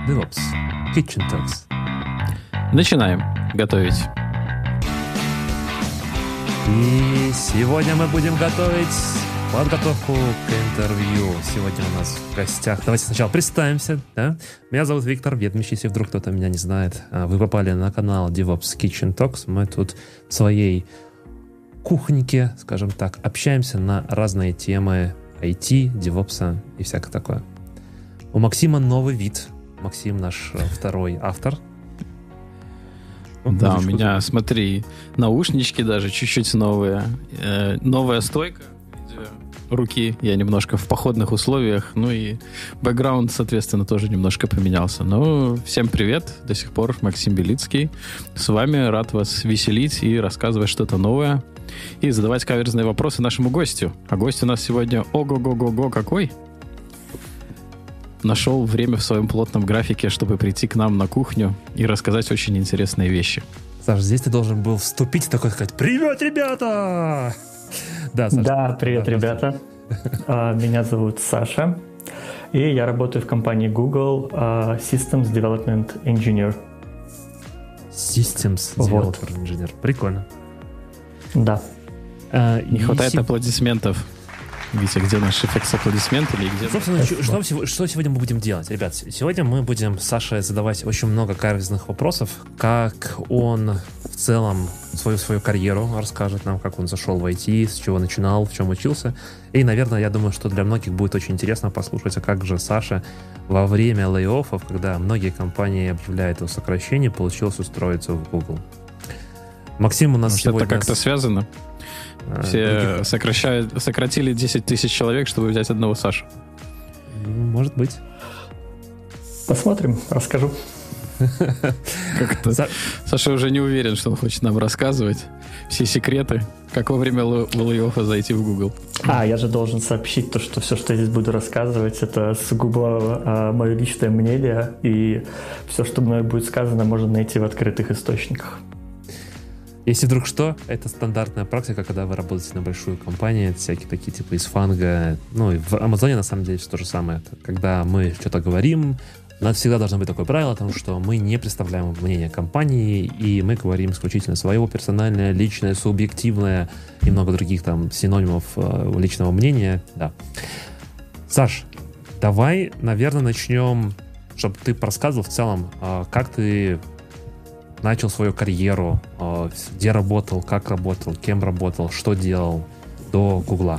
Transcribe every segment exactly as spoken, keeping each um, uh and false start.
DevOps Kitchen Talks. Начинаем готовить. И сегодня мы будем готовить подготовку к интервью. Сегодня у нас в гостях... Давайте сначала представимся. Да? Меня зовут Виктор Ведмич, если вдруг кто-то меня не знает. Вы попали на канал DevOps Kitchen Talks. Мы тут в своей кухоньке, скажем так, общаемся на разные темы ай ти, DevOps и всякое такое. У Максима новый вид. Максим наш второй автор. Да, у меня, смотри, наушнички даже чуть-чуть новые. Э, новая стойка в виде руки. Я немножко в походных условиях. Ну и бэкграунд, соответственно, тоже немножко поменялся. Ну, всем привет. До сих пор Максим Белицкий. С вами рад вас веселить и рассказывать что-то новое. И задавать каверзные вопросы нашему гостю. А гость у нас сегодня ого-го-го-го какой? Нашел время в своем плотном графике, чтобы прийти к нам на кухню и рассказать очень интересные вещи. Саш, здесь ты должен был вступить и такой сказать: «Привет, ребята!» Да, Саша. Да, привет, да, ребята. Меня зовут Саша, и я работаю в компании Google Systems Development Engineer. Systems Development вот. Engineer. Прикольно. Да. А, Не хватает си... аплодисментов. Витя, где наш эффект с аплодисментами? Где... Собственно, что, что, что сегодня мы будем делать? Ребят, сегодня мы будем с Сашей задавать очень много каверзных вопросов, как он в целом свою, свою карьеру расскажет нам, как он зашел в ай ти, с чего начинал, в чем учился. И, наверное, я думаю, что для многих будет очень интересно послушать, а как же Саша во время лей-оффов, когда многие компании объявляют о сокращении, получилось устроиться в Google. Максим у нас Может, сегодня... это как-то связано? Все сокращают, сократили десять тысяч человек, чтобы взять одного Сашу. Может быть. Посмотрим, расскажу. Как-то За... Саша уже не уверен, что он хочет нам рассказывать все секреты, как во время лей-оффа зайти в Google. А, я же должен сообщить то, что все, что я здесь буду рассказывать, это сугубо а, мое личное мнение, и все, что мной будет сказано, можно найти в открытых источниках. Если вдруг что, это стандартная практика, когда вы работаете на большую компанию, всякие такие типа из фанга. Ну, и в Амазоне на самом деле все то же самое. Это когда мы что-то говорим, у нас всегда должно быть такое правило о том, что мы не представляем мнение компании, и мы говорим исключительно свое персональное, личное, субъективное и много других там синонимов э, личного мнения. Да. Саш, давай, наверное, начнем, чтобы ты рассказывал в целом, э, как ты начал свою карьеру, где работал, как работал, кем работал, что делал до Гугла.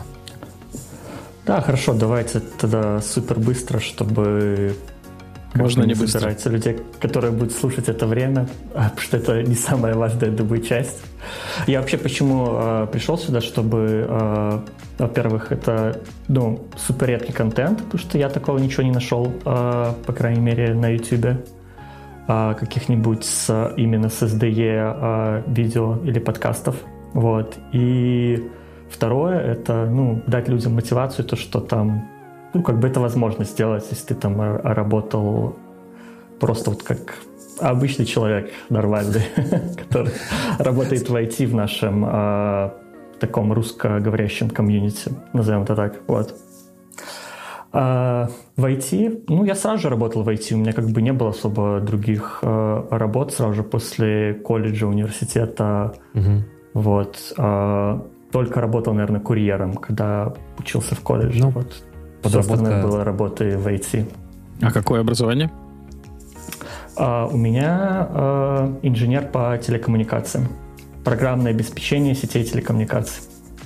Да, хорошо, давайте тогда супер быстро, чтобы можно не быстро собирается людей, которые будут слушать это время, потому что это не самая важная, думаю, часть. Я вообще почему э, пришел сюда, чтобы, э, во-первых, это ну, супер редкий контент, потому что я такого ничего не нашел, э, по крайней мере, на YouTube. Каких-нибудь с, именно с эс ди и а, видео или подкастов. Вот. И второе — это ну, дать людям мотивацию, то, что там, ну, как бы это возможно сделать, если ты там работал просто вот как обычный человек нормальный, который работает в ай ти в нашем таком русскоговорящем комьюнити, назовем это так. Вот. Uh, в ай ти, ну, я сразу же работал в ай ти, у меня как бы не было особо других uh, работ сразу же после колледжа, университета, uh-huh. вот, uh, только работал, наверное, курьером, когда учился в колледже, ну, вот, все остальное было работой в ай ти. А какое образование? Uh, у меня uh, инженер по телекоммуникациям, программное обеспечение сетей телекоммуникаций.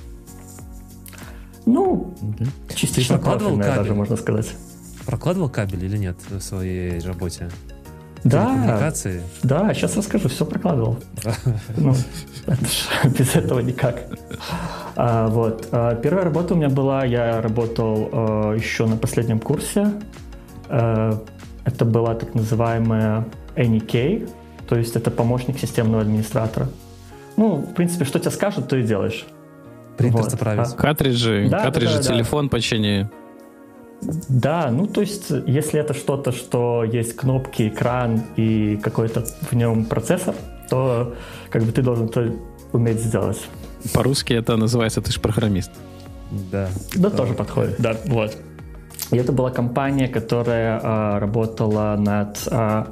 Ну, okay. частично профильная даже, можно сказать. Прокладывал кабель или нет в своей работе? Да, телекоммуникации? Да, сейчас расскажу, все прокладывал. Ну, без этого никак. А, вот. А, первая работа у меня была, я работал а, еще на последнем курсе. А, это была так называемая эн и кей, то есть это помощник системного администратора. Ну, в принципе, что тебе скажут, то и делаешь. Принтер заправить. Вот. Картриджи, да, картриджи, да, да, телефон да. почини. Да, ну то есть, если это что-то, что есть кнопки, экран и какой-то в нем процессор, то как бы ты должен это уметь сделать. По-русски это называется «ты ж программист». Да. Да, тоже подходит. Да, вот. И это была компания, которая а, работала над а,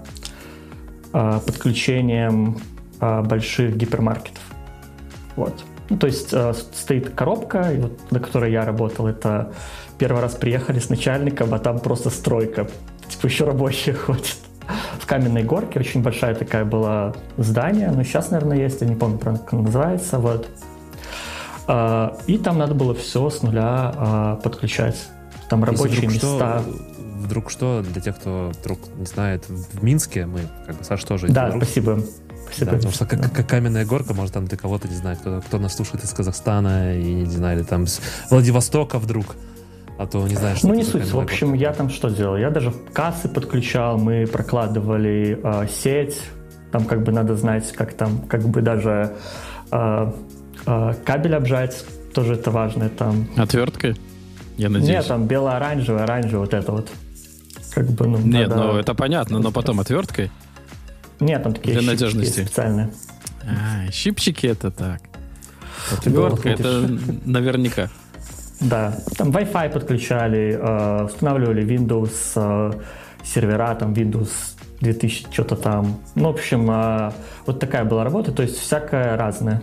а, подключением а, больших гипермаркетов. Вот. Ну, то есть а, стоит коробка, и вот, на которой я работал, это первый раз приехали с начальником, а там просто стройка. Типа еще рабочие ходят. В Каменной Горке очень большая такая была здание, но сейчас, наверное, есть, я не помню, как оно называется. Вот. А, и там надо было все с нуля а, подключать. Там рабочие вдруг места. Что, вдруг что, для тех, кто вдруг не знает, в Минске мы, как бы, Саш тоже... Да, вдруг, спасибо. спасибо. Да, потому что как, как Каменная Горка, может, там для кого-то, не знаю, кто, кто нас слушает из Казахстана, и, не знаю, или там с Владивостока вдруг, а то не знаю, что Ну, не суть. В общем, горка. Я там что делал? Я даже кассы подключал, мы прокладывали э, сеть, там как бы надо знать, как там, как бы даже э, э, кабель обжать, тоже это важно. Там... Отверткой? Я надеюсь. Нет, там бело-оранжевый, оранжевый, вот это вот. Как бы, ну, Нет, надо... ну это понятно, но потом отверткой? Нет, там такие для щипчики надежности специальные. А, щипчики это так. Отвертка это наверняка. Да, там Wi-Fi подключали, э, устанавливали Windows э, сервера, там Windows две тысячи, что-то там. Ну, в общем, э, вот такая была работа, то есть всякое разное.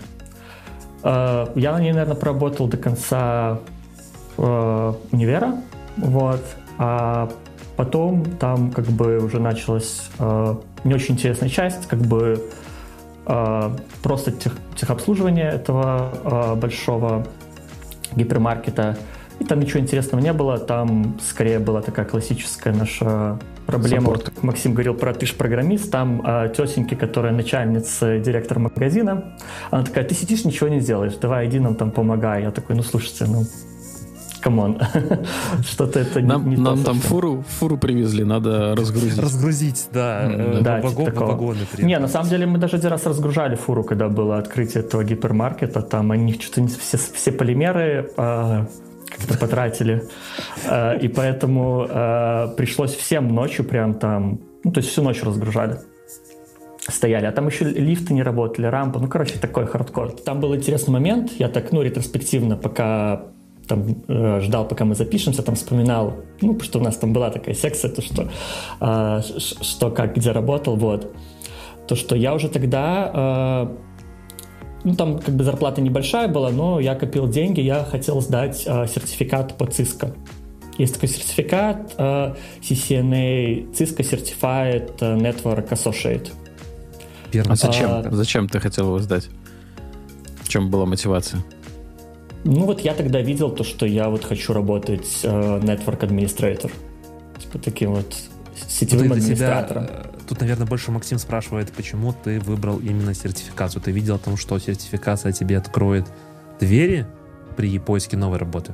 Э, я на ней, наверное, проработал до конца э, универа, вот, а потом там как бы уже началась э, не очень интересная часть, как бы э, просто тех, техобслуживание этого э, большого гипермаркета, и там ничего интересного не было, там скорее была такая классическая наша проблема, вот, как Максим говорил про «ты ж программист», там э, тетеньки, которая начальница, директор магазина, она такая: ты сидишь, ничего не делаешь, давай иди нам там помогай. Я такой: ну слушайте, ну камон, что-то это нам, не нам то. Там фуру, фуру привезли, надо разгрузить. Разгрузить, да, mm, да вагон, типа вагоны. Не, на самом деле мы даже один раз разгружали фуру, когда было открытие этого гипермаркета, там они что-то все, все полимеры а, как-то потратили, а, и поэтому а, пришлось всем ночью прям там, ну то есть всю ночь разгружали. Стояли, а там еще лифты не работали, рампа, ну короче такой хардкор. Там был интересный момент, я так, ну ретроспективно, пока там э, ждал, пока мы запишемся, там вспоминал, ну, потому что у нас там была такая секция, то, что, э, что как, где работал, вот. То, что я уже тогда, э, ну, там как бы зарплата небольшая была, но я копил деньги, я хотел сдать э, сертификат по Cisco. Есть такой сертификат э, си си эн эй Cisco Certified Network Associate. А зачем? А, зачем ты хотел его сдать? В чем была мотивация? Ну вот я тогда видел то, что я вот хочу работать э, Network Administrator. Типа таким вот сетевым администратором. Себя, тут, наверное, больше Максим спрашивает, почему ты выбрал именно сертификацию. Ты видел о том, что сертификация тебе откроет двери при поиске новой работы?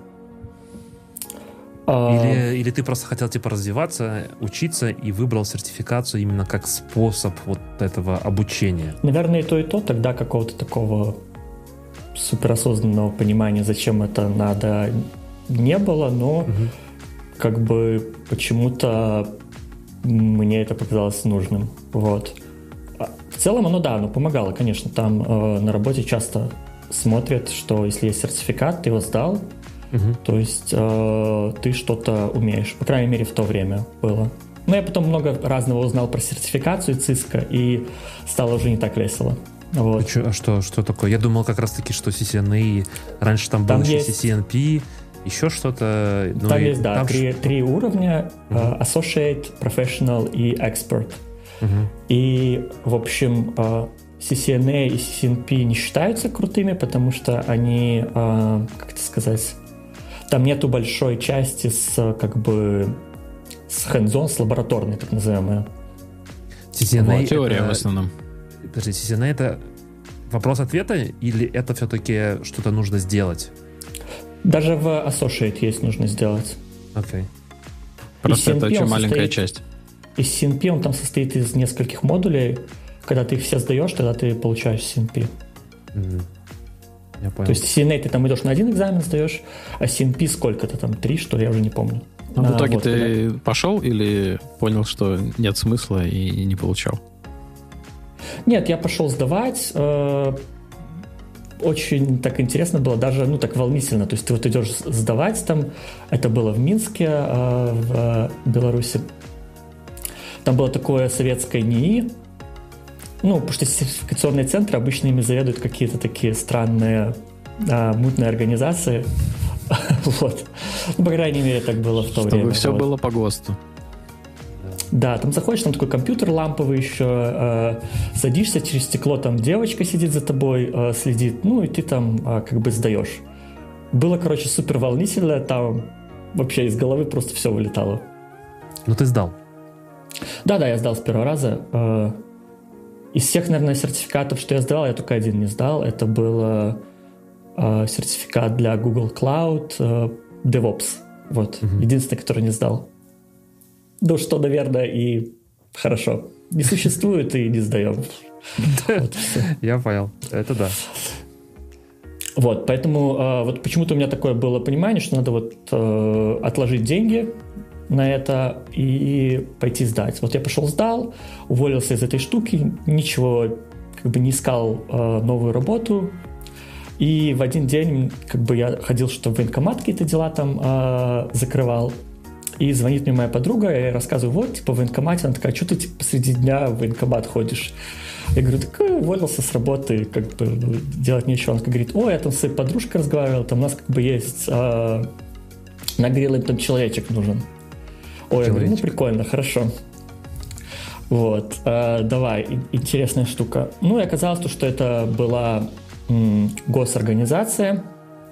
А... Или, или ты просто хотел типа развиваться, учиться и выбрал сертификацию именно как способ вот этого обучения? Наверное, и то, и то. Тогда какого-то такого суперосознанного понимания, зачем это надо, не было, но угу. как бы почему-то мне это показалось нужным. Вот. В целом оно, да, оно помогало, конечно. Там э, на работе часто смотрят, что если есть сертификат, ты его сдал, угу. то есть э, ты что-то умеешь. По крайней мере, в то время было. Но я потом много разного узнал про сертификацию Cisco, и стало уже не так весело. Вот. А, что, а что, что такое? Я думал как раз-таки, что си си эн эй, раньше там, там был еще есть... си си эн пи, еще что-то. Ну, там и, есть, да, там три, ш... три уровня, uh-huh. uh, Associate, Professional и Expert. Uh-huh. И, в общем, uh, си си эн эй и си си эн пи не считаются крутыми, потому что они, uh, как это сказать, там нету большой части с, как бы, с hands-on, с лабораторной, так называемой. си си эн эй вот, теория это... в основном. Подожди, си си эн эй это вопрос-ответа или это все-таки что-то нужно сделать? Даже в Associate есть нужно сделать. Окей. Okay. Просто это очень маленькая состоит, часть. И си эн пи он там состоит из нескольких модулей. Когда ты их все сдаешь, тогда ты получаешь си эн пи. Mm-hmm. Я понял. То есть си эн эй ты там идешь на один экзамен сдаешь, а си эн пи сколько-то там, три, что ли, я уже не помню. А в итоге вот, ты когда... пошел или понял, что нет смысла и, и не получал? Нет, я пошел сдавать. очень так интересно было, даже, ну, так волнительно. То есть ты вот идешь сдавать там, это было в Минске, в Беларуси. Там было такое советское НИИ. Ну, потому что сертификационные центры обычно ими заведуют какие-то такие странные а, мутные организации. Вот. Ну, по крайней мере, так было в то время. Чтобы все было по ГОСТу. Да, там заходишь, там такой компьютер ламповый еще, э, садишься, через стекло там девочка сидит за тобой, э, следит, ну и ты там э, как бы сдаешь. Было, короче, супер волнительно, там вообще из головы просто все вылетало. Ну ты сдал? Да-да, я сдал с первого раза. Э, из всех, наверное, сертификатов, что я сдавал, я только один не сдал. Это был э, сертификат для Google Cloud э, DevOps. Вот, угу. Единственный, который не сдал. Ну, что, наверное, и хорошо. Не существует и не сдаем. Я понял. Это да. Вот, поэтому вот почему-то у меня такое было понимание, что надо вот отложить деньги на это и пойти сдать. Вот я пошел сдал, уволился из этой штуки, ничего, как бы не искал новую работу. И в один день как бы я ходил, что в военкомат какие-то дела там закрывал. И звонит мне моя подруга, я ей рассказываю, вот, типа, в военкомате. Она такая, что ты, типа, посреди дня в военкомат ходишь? Я говорю, так уволился с работы, как бы, ну, делать нечего. Она говорит, ой, я там с своей подружкой разговаривал, там у нас, как бы, есть, а, нагрел им там человечек нужен. Ой, человечек. Я говорю, ну, прикольно, хорошо. Вот, а, давай, интересная штука. Ну, и оказалось, что это была м, госорганизация,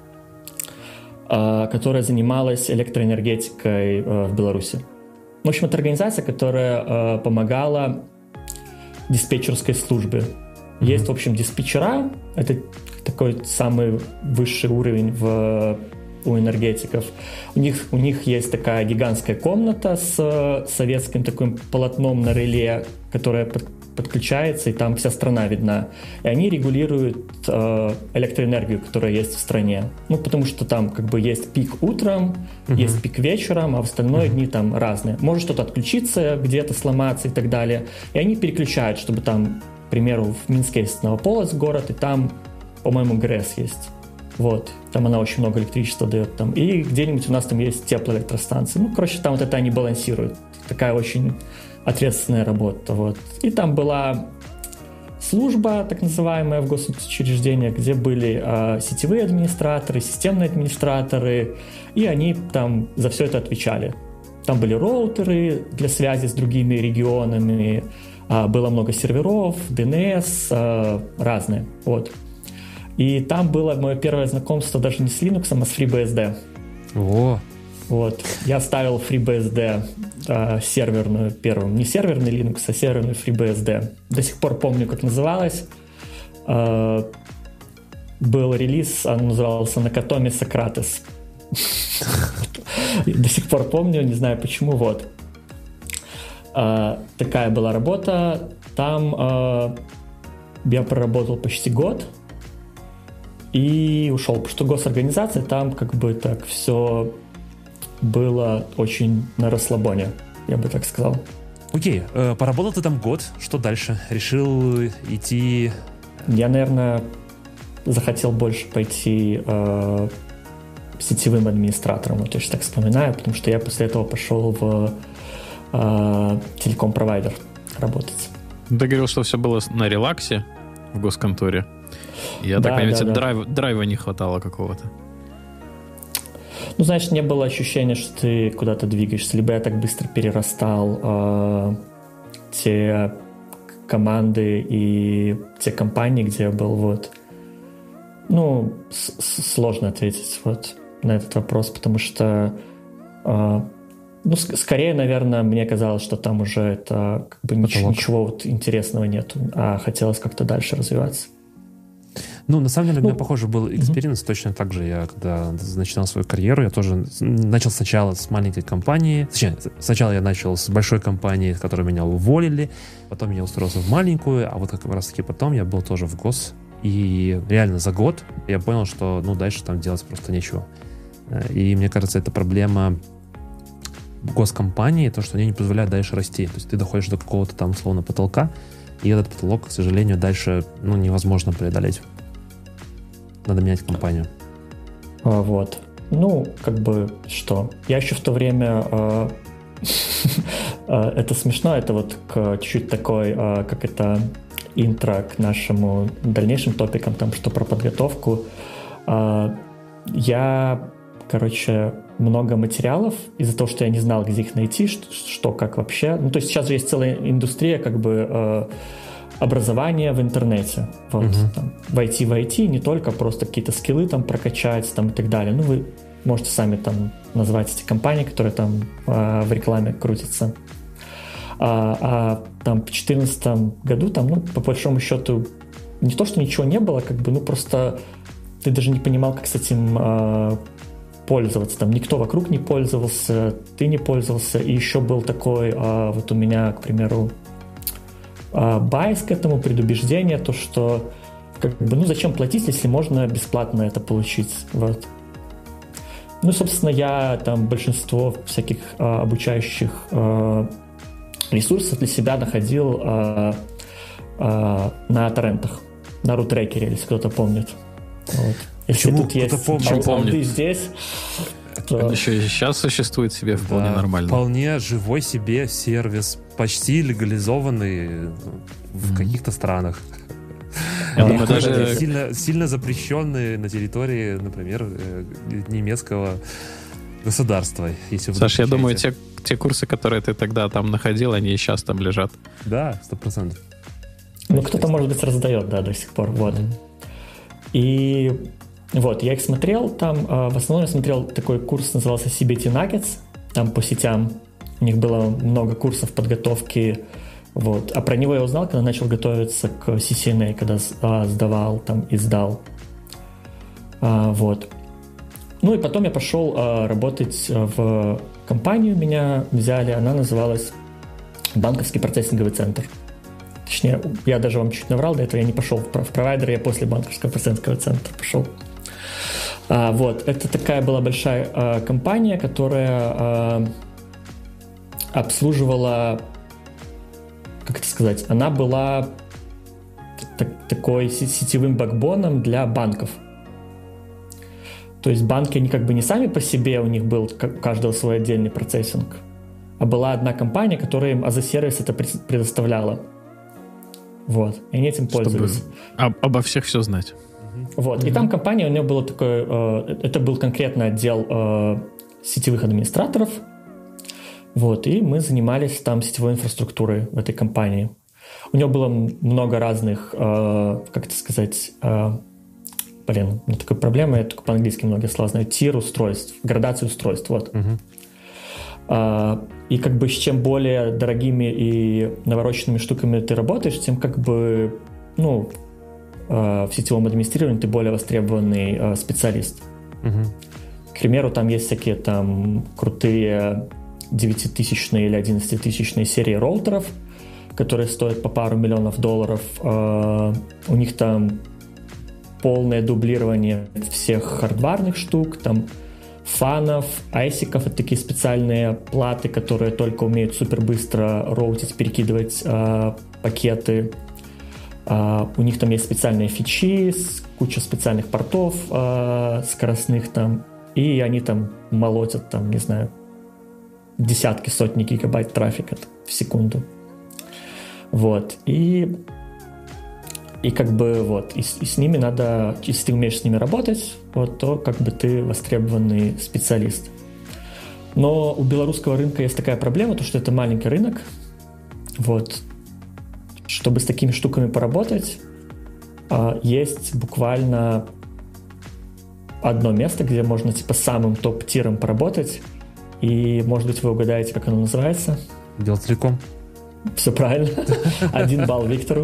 которая занималась электроэнергетикой в Беларуси. В общем, это организация, которая помогала диспетчерской службе. Mm-hmm. Есть, в общем, диспетчера, это такой самый высший уровень в, у энергетиков. У них, у них есть такая гигантская комната с советским таким полотном на реле, которая под, подключается, и там вся страна видна. И они регулируют э, электроэнергию, которая есть в стране. Ну, потому что там как бы есть пик утром, uh-huh. есть пик вечером, а в остальные uh-huh. дни там разные. Может что-то отключиться, где-то сломаться и так далее. И они переключают, чтобы там, к примеру, в Минске есть Новополоцк город, и там, по-моему, ГРЭС есть. Вот. Там она очень много электричества дает. Там. И где-нибудь у нас там есть теплоэлектростанции. Ну, короче, там вот это они балансируют. Такая очень ответственная работа. Вот. И там была служба, так называемая, в госучреждениях, где были э, сетевые администраторы, системные администраторы, и они там за все это отвечали. Там были роутеры для связи с другими регионами, э, было много серверов, ди эн эс, э, разные. Вот. И там было мое первое знакомство даже не с Linux, а с FreeBSD. О! Вот. Я ставил FreeBSD э, серверную первым. Не серверный Linux, а серверную FreeBSD. До сих пор помню, как называлась. Э, был релиз, он назывался Nakatomi Socrates. До сих пор помню, не знаю почему. Вот. Такая была работа. Там я проработал почти год. И ушел, потому что госорганизация, там как бы так все было очень на расслабоне, я бы так сказал. Окей, э, поработал ты там год, что дальше? Решил идти... Я, наверное, захотел больше пойти э, сетевым администратором, вот я сейчас так вспоминаю, потому что я после этого пошел в э, телеком-провайдер работать. Ты говорил, что все было на релаксе в госконторе. Я да, так понимаю, да, тебе да. драйв, драйва не хватало какого-то. Ну, знаешь, не было ощущения, что ты куда-то двигаешься. Либо я так быстро перерастал э, те команды и те компании, где я был. Вот. Ну, с- сложно ответить вот на этот вопрос, потому что э, ну, ск- скорее, наверное, мне казалось, что там уже это как бы нич- ничего вот интересного нету, а хотелось как-то дальше развиваться. Ну, на самом деле, ну, у меня похоже был экспириенс, mm-hmm. точно так же. Я, когда начинал свою карьеру, я тоже начал сначала с маленькой компании. Точнее, сначала я начал с большой компании, с которой меня уволили, потом я устроился в маленькую, а вот как раз-таки потом я был тоже в гос. И реально за год я понял, что ну, дальше там делать просто нечего. И мне кажется, это проблема госкомпании, то, что они не позволяют дальше расти. То есть ты доходишь до какого-то там, условно, потолка, и этот потолок, к сожалению, дальше ну, невозможно преодолеть. надо менять компанию. А, вот. Ну, как бы, что? Я еще в то время... А, это смешно, это вот чуть-чуть такой, а, как это, интро к нашему дальнейшим топикам, там, что про подготовку. А, я, короче, много материалов из-за того, что я не знал, где их найти, что, что как вообще. Ну, то есть сейчас же есть целая индустрия, как бы, а, образования в интернете. Вот, uh-huh. там, войти в ай ти, не только просто какие-то скиллы там прокачать там, и так далее. Ну, вы можете сами там назвать эти компании, которые там а, в рекламе крутятся. А, а там в две тысячи четырнадцатом году там, ну, по большому счету, не то, что ничего не было, как бы, ну, просто ты даже не понимал, как с этим а, пользоваться. Там никто вокруг не пользовался, ты не пользовался. И еще был такой, а, вот у меня, к примеру, байс к этому, предубеждение, то, что как бы, ну, зачем платить, если можно бесплатно это получить. Вот. Ну, собственно, я там большинство всяких а, обучающих а, ресурсов для себя находил а, а, на торрентах, на рутрекере, если кто-то помнит. Вот. Если Почему тут есть алды здесь, то... Он еще и сейчас существует себе вполне да, нормально. Вполне живой себе сервис, почти легализованный в mm-hmm. каких-то странах. Я думаю, даже сильно, сильно запрещенный на территории, например, немецкого государства. Если Саш, я думаю, те, те курсы, которые ты тогда там находил, они и сейчас там лежат. Да, сто процентов. Ну, кто-то, может быть, раздает, да, до сих пор. Вот. Mm-hmm. И вот, я их смотрел, там в основном я смотрел такой курс, назывался си би ти Nuggets, там по сетям, у них было много курсов подготовки, вот, а про него я узнал, когда начал готовиться к си си эн эй, когда сдавал там и сдал, а, вот. Ну и потом я пошел а, работать в компанию, меня взяли, она называлась Банковский процессинговый центр. Точнее, я даже вам чуть наврал, до этого я не пошел в провайдер, я после банковского процессингового центра пошел. А, вот, это такая была большая а, компания, которая а, обслуживала, как это сказать, она была так, такой сетевым бэкбоном для банков. То есть банки, они как бы не сами по себе, у них был у каждого свой отдельный процессинг, а была одна компания, которая им as-a-сервис это предоставляла. Вот, и они этим пользовались. Чтобы об, обо всех все знать. Вот, mm-hmm. и там компания, у нее было такое, э, это был конкретно отдел э, сетевых администраторов, вот, и мы занимались там сетевой инфраструктурой в этой компании. У нее было много разных, э, как это сказать, э, блин, у меня такая проблема, я только по-английски многие слова знаю, тир устройств, градацию устройств, вот. Mm-hmm. Uh, и как бы с чем более дорогими и навороченными штуками ты работаешь, тем как бы, ну, uh, в сетевом администрировании ты более востребованный uh, специалист. Uh-huh. К примеру, там есть всякие там крутые девятитысячные или одиннадцатитысячные серии роутеров, которые стоят по пару миллионов долларов. Uh, у них там полное дублирование всех хардварных штук, там фанов, айсиков, это такие специальные платы, которые только умеют супер быстро роутить, перекидывать э, пакеты. Э, у них там есть специальные фичи, куча специальных портов э, скоростных там, и они там молотят, там, не знаю, десятки, сотни гигабайт трафика в секунду. Вот. И И как бы вот, и, и с ними надо, если ты умеешь с ними работать, вот, то как бы ты востребованный специалист. Но у белорусского рынка есть такая проблема, то что это маленький рынок. Вот. Чтобы с такими штуками поработать, есть буквально одно место, где можно типа самым топ-тиром поработать. И, может быть, вы угадаете, как оно называется? Делтелеком. Все правильно. Один балл Виктору.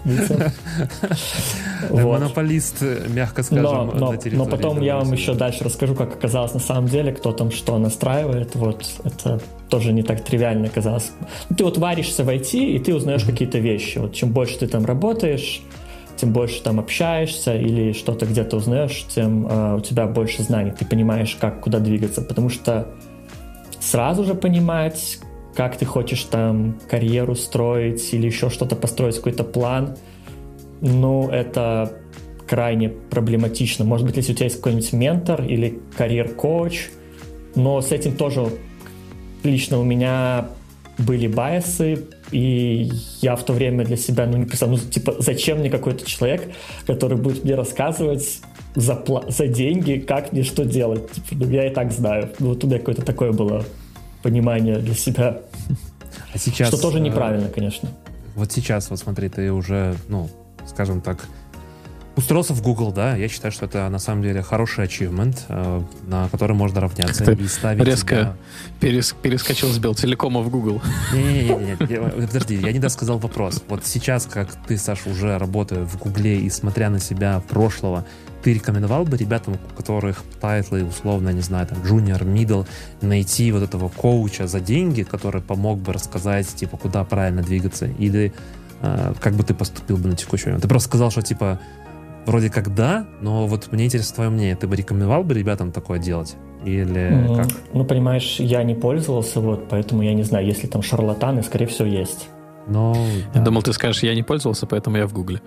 Вот. Монополист, мягко скажем, но, но, на территории. Но потом я вам еще дальше расскажу, как оказалось на самом деле, кто там что настраивает. Вот это тоже не так тривиально оказалось. Ты вот варишься в ай ти, и ты узнаешь mm-hmm. какие-то вещи. Вот чем больше ты там работаешь, тем больше там общаешься или что-то где-то узнаешь, тем э, у тебя больше знаний. Ты понимаешь, как, куда двигаться. Потому что сразу же понимать, как ты хочешь там карьеру строить или еще что-то построить, какой-то план, ну, это крайне проблематично. Может быть, если у тебя есть какой-нибудь ментор или карьер-коуч, но с этим тоже лично у меня были байсы, и я в то время для себя, ну, не представляю, ну, типа, зачем мне какой-то человек, который будет мне рассказывать за, пла- за деньги, как мне что делать. Типа, ну, я и так знаю. Ну, вот у меня какое-то такое было понимание для себя. А сейчас, что тоже неправильно, конечно. Вот сейчас, вот смотри, ты уже, ну, скажем так, устроился в Google, да, я считаю, что это на самом деле хороший achievement, э, на который можно равняться Как-то и ставить резко себя... перес, перескочил с Белтелекома в Google. Не-не-не, подожди, я не досказал вопрос. Вот сейчас, как ты, Саша, уже работая в Гугле и смотря на себя прошлого, ты рекомендовал бы ребятам, у которых тайтлы, условно, не знаю, там, junior, middle, найти вот этого коуча за деньги, который помог бы рассказать, типа, куда правильно двигаться? Или э, как бы ты поступил бы на текущий момент? Ты просто сказал, что, типа, вроде как да, но вот мне интересно твое мнение. Ты бы рекомендовал бы ребятам такое делать? Или mm, как? Ну, понимаешь, я не пользовался, вот, поэтому я не знаю, если там шарлатаны, скорее всего, есть. Но, я да. думал, ты скажешь, я не пользовался, поэтому я в Гугле.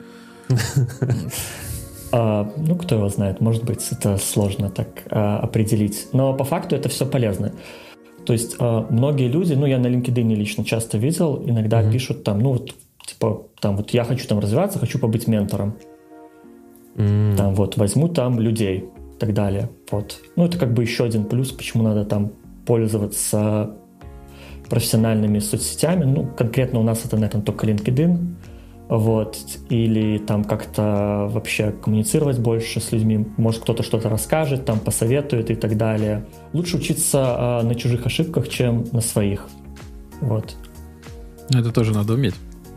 А, ну, кто его знает, может быть, это сложно так а, определить. Но по факту это все полезно. То есть а, многие люди, ну, я на LinkedIn лично часто видел, иногда mm-hmm. пишут там, ну, вот, типа, там, вот я хочу там развиваться, хочу побыть ментором. Mm-hmm. Там, вот, возьму там людей и так далее. Вот. Ну, это как бы еще один плюс, почему надо там пользоваться профессиональными соцсетями. Ну, конкретно у нас это, наверное, только LinkedIn. Вот, или там как-то вообще коммуницировать больше с людьми, может кто-то что-то расскажет, там посоветует и так далее. Лучше учиться а, на чужих ошибках, чем на своих. Вот. Это тоже надо уметь.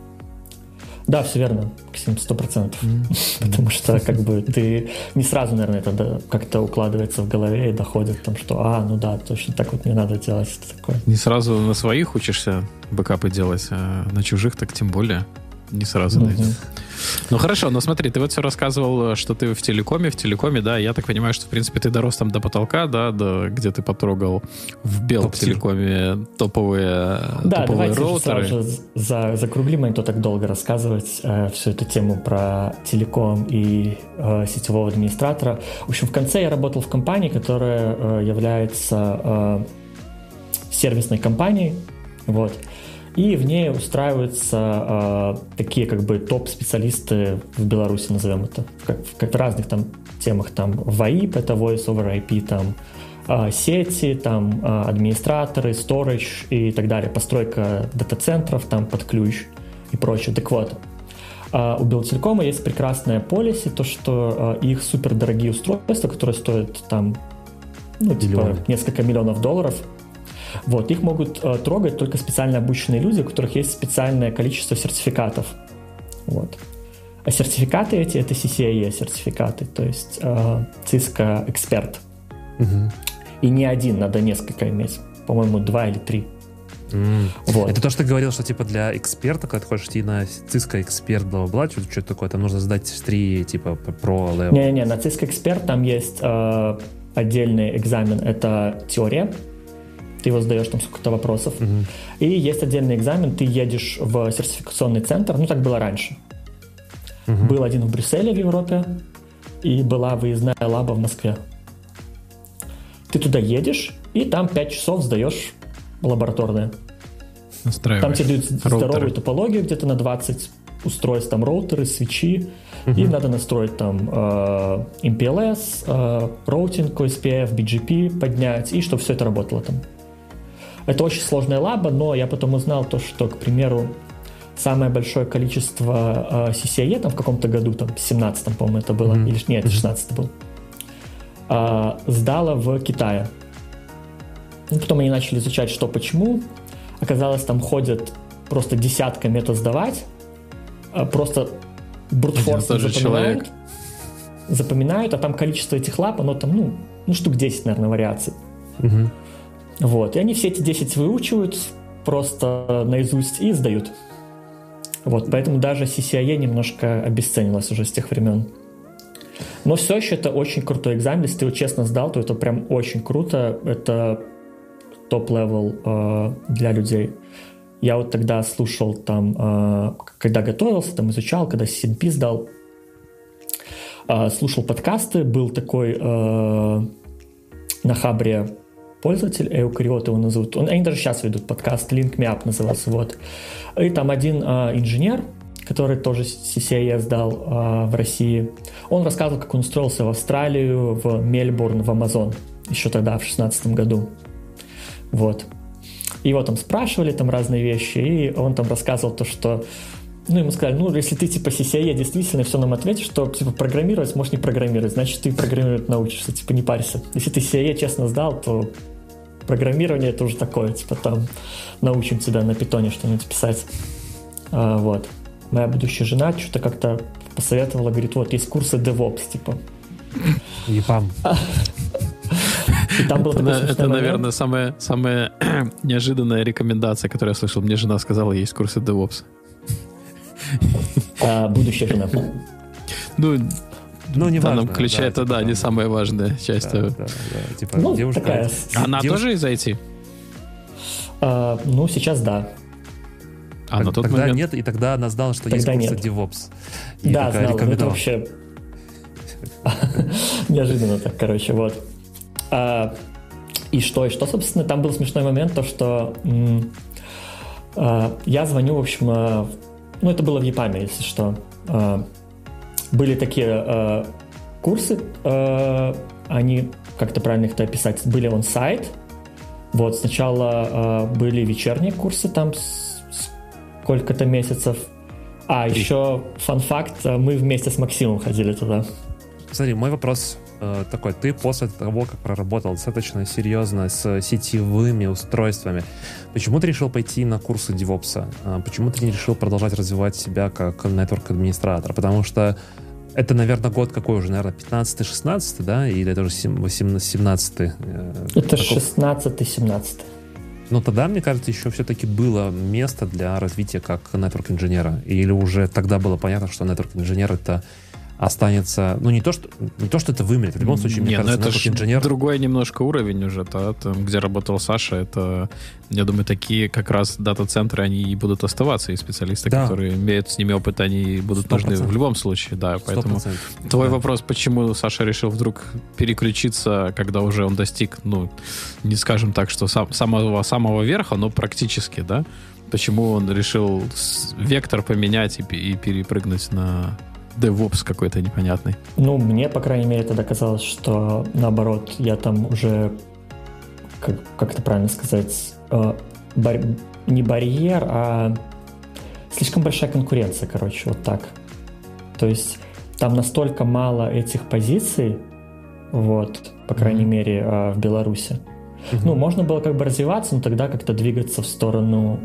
Да, все верно, Максим, сто процентов. Mm-hmm. Потому что как бы ты не сразу, наверное, это да, как-то укладывается в голове и доходит к тому, что а, ну да, точно так вот мне надо делать. Это такое. Не сразу на своих учишься бэкапы делать, а на чужих так тем более. Не сразу uh-huh. найдет. Ну хорошо, но смотри, ты вот все рассказывал, что ты в телекоме, в телекоме, да, я так понимаю, что, в принципе, ты дорос там до потолка, да, до, где ты потрогал в Белтелекоме топовые, да, топовые давайте роутеры. Сразу же за, закруглим, а не то так долго рассказывать э, всю эту тему про телеком и э, сетевого администратора. В общем, в конце я работал в компании, которая э, является э, сервисной компанией, вот. И в ней устраиваются э, такие как бы топ-специалисты в Беларуси, назовем это, в, как, в, как в разных там темах, там ви ай пи, это Voice over ай пи, там э, сети, там э, администраторы, storage и так далее, постройка дата-центров там под ключ и прочее. Так вот, э, у Белтелекома есть прекрасная полиси, то, что э, их супердорогие устройства, которые стоят там, ну, типа Миллион. несколько миллионов долларов, вот, их могут э, трогать только специально обученные люди, у которых есть специальное количество сертификатов. Вот. А сертификаты эти — это си си ай и сертификаты, то есть э, Cisco Expert. Угу. И не один, надо несколько иметь. По-моему, два или три. Mm. Вот. Это то, что ты говорил, что типа для эксперта, когда ты хочешь идти на Cisco Expert, бла-бла-бла, что-то, что-то такое, там нужно сдать три типа Pro level. Не-не, на Cisco Expert там есть э, отдельный экзамен, это теория. Ты его сдаешь, там сколько-то вопросов. Uh-huh. И есть отдельный экзамен, ты едешь в сертификационный центр, ну так было раньше. Uh-huh. Был один в Брюсселе в Европе, и была выездная лаба в Москве. Ты туда едешь, и там пять часов сдаешь лабораторное. Там тебе дают здоровую роутеры. Топологию где-то на двадцать устройств, там роутеры, свитчи, uh-huh. и надо настроить там э, эм пи эл эс, э, роутинг, о эс пи эф, би джи пи поднять, и чтобы все это работало там. Это очень сложная лаба, но я потом узнал то, что, к примеру, самое большое количество э, си си ай там в каком-то году, там, в семнадцатом, по-моему, это было, mm-hmm. или нет, шестнадцатый был, э, сдало в Китае. Ну, потом они начали изучать, что, почему. Оказалось, там ходят просто десятками это сдавать, э, просто брутфорсом запоминают, запоминают, а там количество этих лап, оно там, ну, ну штук десять, наверное, вариаций. Mm-hmm. Вот, и они все эти десять выучивают просто наизусть и сдают. Вот, поэтому даже си си ай немножко обесценилась уже с тех времен. Но все еще это очень крутой экзамен. Если ты его честно сдал, то это прям очень круто. Это топ-левел э, для людей. Я вот тогда слушал там, э, когда готовился, там изучал, когда си эн пи сдал. э, слушал подкасты, был такой э, на Хабре пользователь, Эукариот его назовут. Он, они даже сейчас ведут подкаст, Link Me Up назывался. Вот. И там один э, инженер, который тоже си си ай сдал э, в России, он рассказывал, как он устроился в Австралию, в Мельбурн, в Амазон, еще тогда, в шестнадцатом году. Вот. Его там спрашивали там разные вещи, и он там рассказывал то, что ну, ему сказали, ну, если ты типа си си ай действительно все нам ответишь, что типа программировать можешь не программировать, значит, ты программировать научишься, типа не парься. Если ты си си ай честно сдал, то программирование это уже такое, типа там научим тебя на питоне что-нибудь писать. А, вот. Моя будущая жена что-то как-то посоветовала, говорит, вот, есть курсы DevOps, типа. ЕПАМ. И там был это, такой это момент. наверное, самая, самая неожиданная рекомендация, которую я слышал. Мне жена сказала, есть курсы DevOps. А, будущая жена. Ну, Ну, не в данном важно, ключе да, это, типа, да, там, не самая важная часть. Да, да, да. Типа, Ну, девушка... такая. Она девушка- тоже из ай ти? А, ну, сейчас да. А на тот тогда момент... нет, и тогда она знала, что Тогда есть курсы нет. DevOps. И Да, такая знал, но это рекомендовала. вообще неожиданно так, короче, вот. А, и что, и что, собственно, там был смешной момент, то, что м, а, я звоню, в общем, а, ну, это было в ЕПАМе, если что. А, были такие а, курсы, а, они, как-то правильно их-то описать, были он-сайт. Вот, сначала а, были вечерние курсы, там с- сколько-то месяцев. А, Три. еще фан-факт, мы вместе с Максимом ходили туда. Смотри, мой вопрос э, такой. Ты после того, как проработал достаточно серьезно с сетевыми устройствами, почему ты решил пойти на курсы DevOps? А почему ты не решил продолжать развивать себя как network-администратор? Потому что это, наверное, год какой уже, наверное, пятнадцатый-шестнадцатый, да? Или это уже семнадцатый? Это шестнадцатый-семнадцатый. Но тогда, мне кажется, еще все-таки было место для развития как network-инженера. Или уже тогда было понятно, что network-инженер — это останется... Ну, не то, что, не то, что это вымрет. В любом случае, мне Не, ну кажется, это ж network-инженер... другой немножко уровень уже, да, там, где работал Саша, это, я думаю, такие как раз дата-центры, они и будут оставаться, и специалисты, Да. которые имеют с ними опыт, они будут Сто нужны процентов. в любом случае, да, сто поэтому процентов. твой Да. вопрос, почему Саша решил вдруг переключиться, когда уже он достиг, ну, не скажем так, что сам, самого, самого верха, но практически, да, почему он решил с- вектор поменять и, пе- и перепрыгнуть на DevOps какой-то непонятный. Ну, мне, по крайней мере, тогда казалось, что наоборот, я там уже, как, как это правильно сказать, э, бар- не барьер, а слишком большая конкуренция, короче, вот так. То есть там настолько мало этих позиций, вот, по крайней Мгм. мере, э, в Беларуси. Мгм. Ну, можно было как бы развиваться, но тогда как-то двигаться в сторону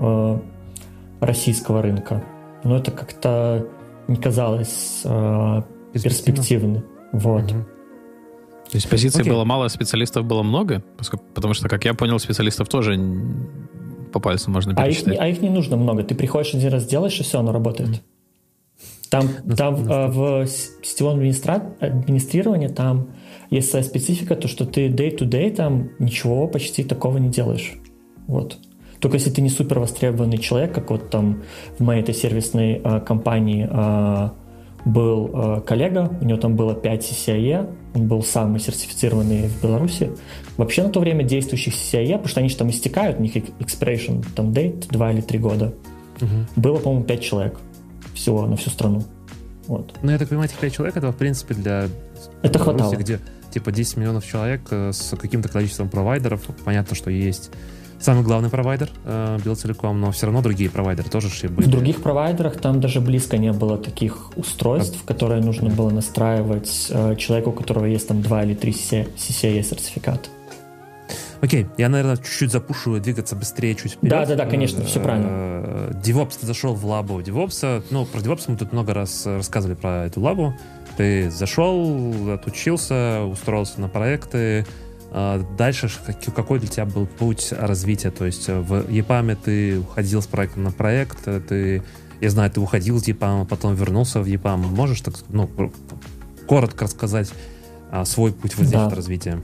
э, российского рынка. Но это как-то не казалось э, Перспективно. перспективным. Вот. Мгм. То есть позиций Окей. было мало, специалистов было много? Поскольку, потому что, как я понял, специалистов тоже н- по пальцам можно А их, пересчитать. не- а их не нужно много. Ты приходишь один раз, делаешь, и все, оно работает. Там, На- там на- э, в с- сетевом администра- администрировании там есть своя специфика, то, что ты day-to-day там ничего почти такого не делаешь. Вот. Только если ты не супер востребованный человек, как вот там в моей этой сервисной э, компании э, был э, коллега, у него там было пять си си ай, он был самый сертифицированный в Беларуси. Вообще на то время действующих си си ай, потому что они же там истекают, у них expiration там date два или три года. Мгм. Было, по-моему, пять человек всего на всю страну. Вот. Ну, я так понимаю, этих пять человек, это, в принципе, для Это Беларуси, хватало. где типа десять миллионов человек э, с каким-то количеством провайдеров. Понятно, что есть самый главный провайдер э, Белтелеком, но все равно другие провайдеры тоже же были. В других провайдерах там даже близко не было таких устройств, которые нужно было настраивать э, человеку, у которого есть там два или три си си ай сертификата. Окей, я, наверное, чуть-чуть запушиваю, двигаться быстрее, чуть вперед. Да-да-да, конечно, все правильно. Э, DevOps, ты зашел в лабу DevOps. Ну, про DevOps мы тут много раз э, рассказывали про эту лабу. Ты зашел, отучился, устроился на проекты. Э, Дальше ж как- какой для тебя был путь развития? То есть э, в ЕПАМе ты уходил с проекта на проект, э, ты, я знаю, ты уходил из ЕПАМа, потом вернулся в ЕПАМ. Можешь так, ну, пр- коротко рассказать а, свой путь вот здесь Да. вот развития?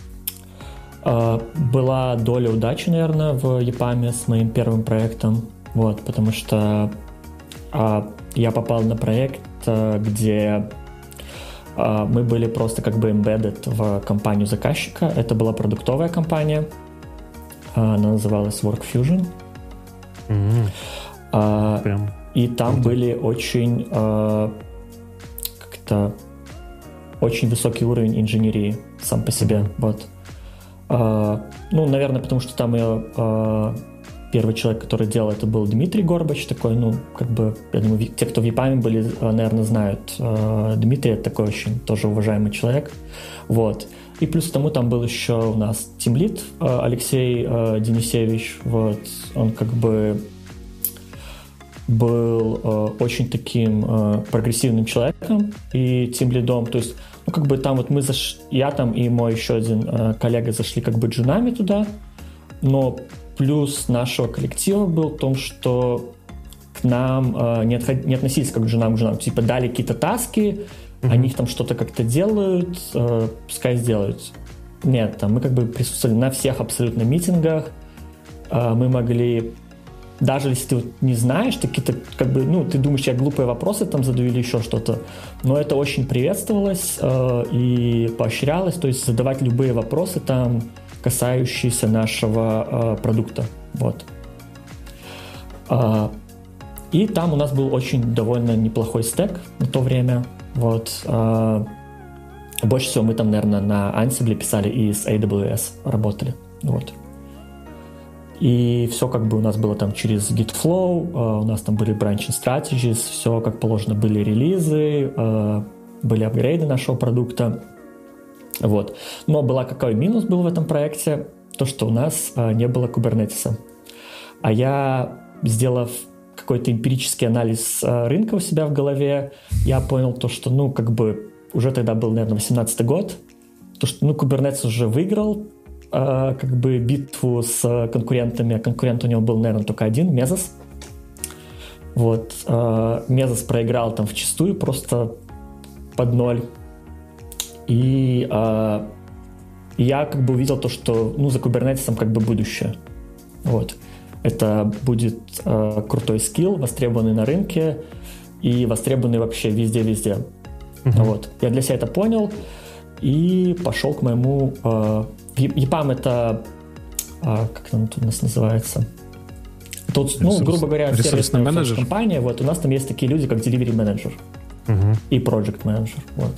Э, Была доля удачи, наверное, в ЕПАМе с моим первым проектом, вот, потому что а, я попал на проект, э, где Мы были просто как бы embedded в компанию заказчика. Это была продуктовая компания. Она называлась WorkFusion. Mm-hmm. А, Прям и там круто. были очень а, как-то очень высокий уровень инженерии сам по себе. Вот. А, ну, наверное, потому что там я, а, первый человек, который делал это, был Дмитрий Горбач, такой, ну, как бы, я думаю, те, кто в EPAM были, наверное, знают а, Дмитрия, такой очень тоже уважаемый человек. Вот. И плюс к тому там был еще у нас тимлид а, Алексей а, Денисевич. Вот. Он как бы был э, очень таким э, прогрессивным человеком и тимлидом. То есть, ну, как бы там вот мы зашли, я там и мой еще один э, коллега зашли как бы джунами туда, но плюс нашего коллектива был в том, что к нам э, не, отход, не относились как к джунам, к джунам. Типа дали какие-то таски, mm-hmm. они их там что-то как-то делают, э, пускай сделают. Нет, там мы как бы присутствовали на всех абсолютно митингах, э, мы могли... Даже если ты вот не знаешь, ты какие-то, как бы, ну, ты думаешь, я глупые вопросы там задаю или еще что-то, но это очень приветствовалось э, и поощрялось, то есть задавать любые вопросы там, касающиеся нашего э, продукта, вот. А, и там у нас был очень довольно неплохой стек на то время, вот. А, больше всего мы там, наверное, на Ansible писали и с эй дабл ю эс работали, вот. И все как бы у нас было там через Gitflow, uh, у нас там были branching strategies, все как положено, были релизы, uh, были апгрейды нашего продукта. Вот. Но была какой минус был в этом проекте? То, что у нас uh, не было кубернетиса. А я, сделав какой-то эмпирический анализ uh, рынка у себя в голове, я понял то, что, ну, как бы, уже тогда был, наверное, восемнадцатый год, то, что, ну, Kubernetes уже выиграл, как бы битву с конкурентами. Конкурент у него был, наверное, только один, Mesos. Вот. Mesos проиграл там вчистую, просто под ноль. И я как бы увидел то, что, ну, за Kubernetes как бы будущее. Вот. Это будет крутой скилл, востребованный на рынке и востребованный вообще везде-везде. Uh-huh. Вот. Я для себя это понял и пошел к моему... EPAM это, как это у нас называется? Тут, ну, грубо говоря, сервисная компания. Вот, у нас там есть такие люди, как delivery manager uh-huh. и project manager. Вот.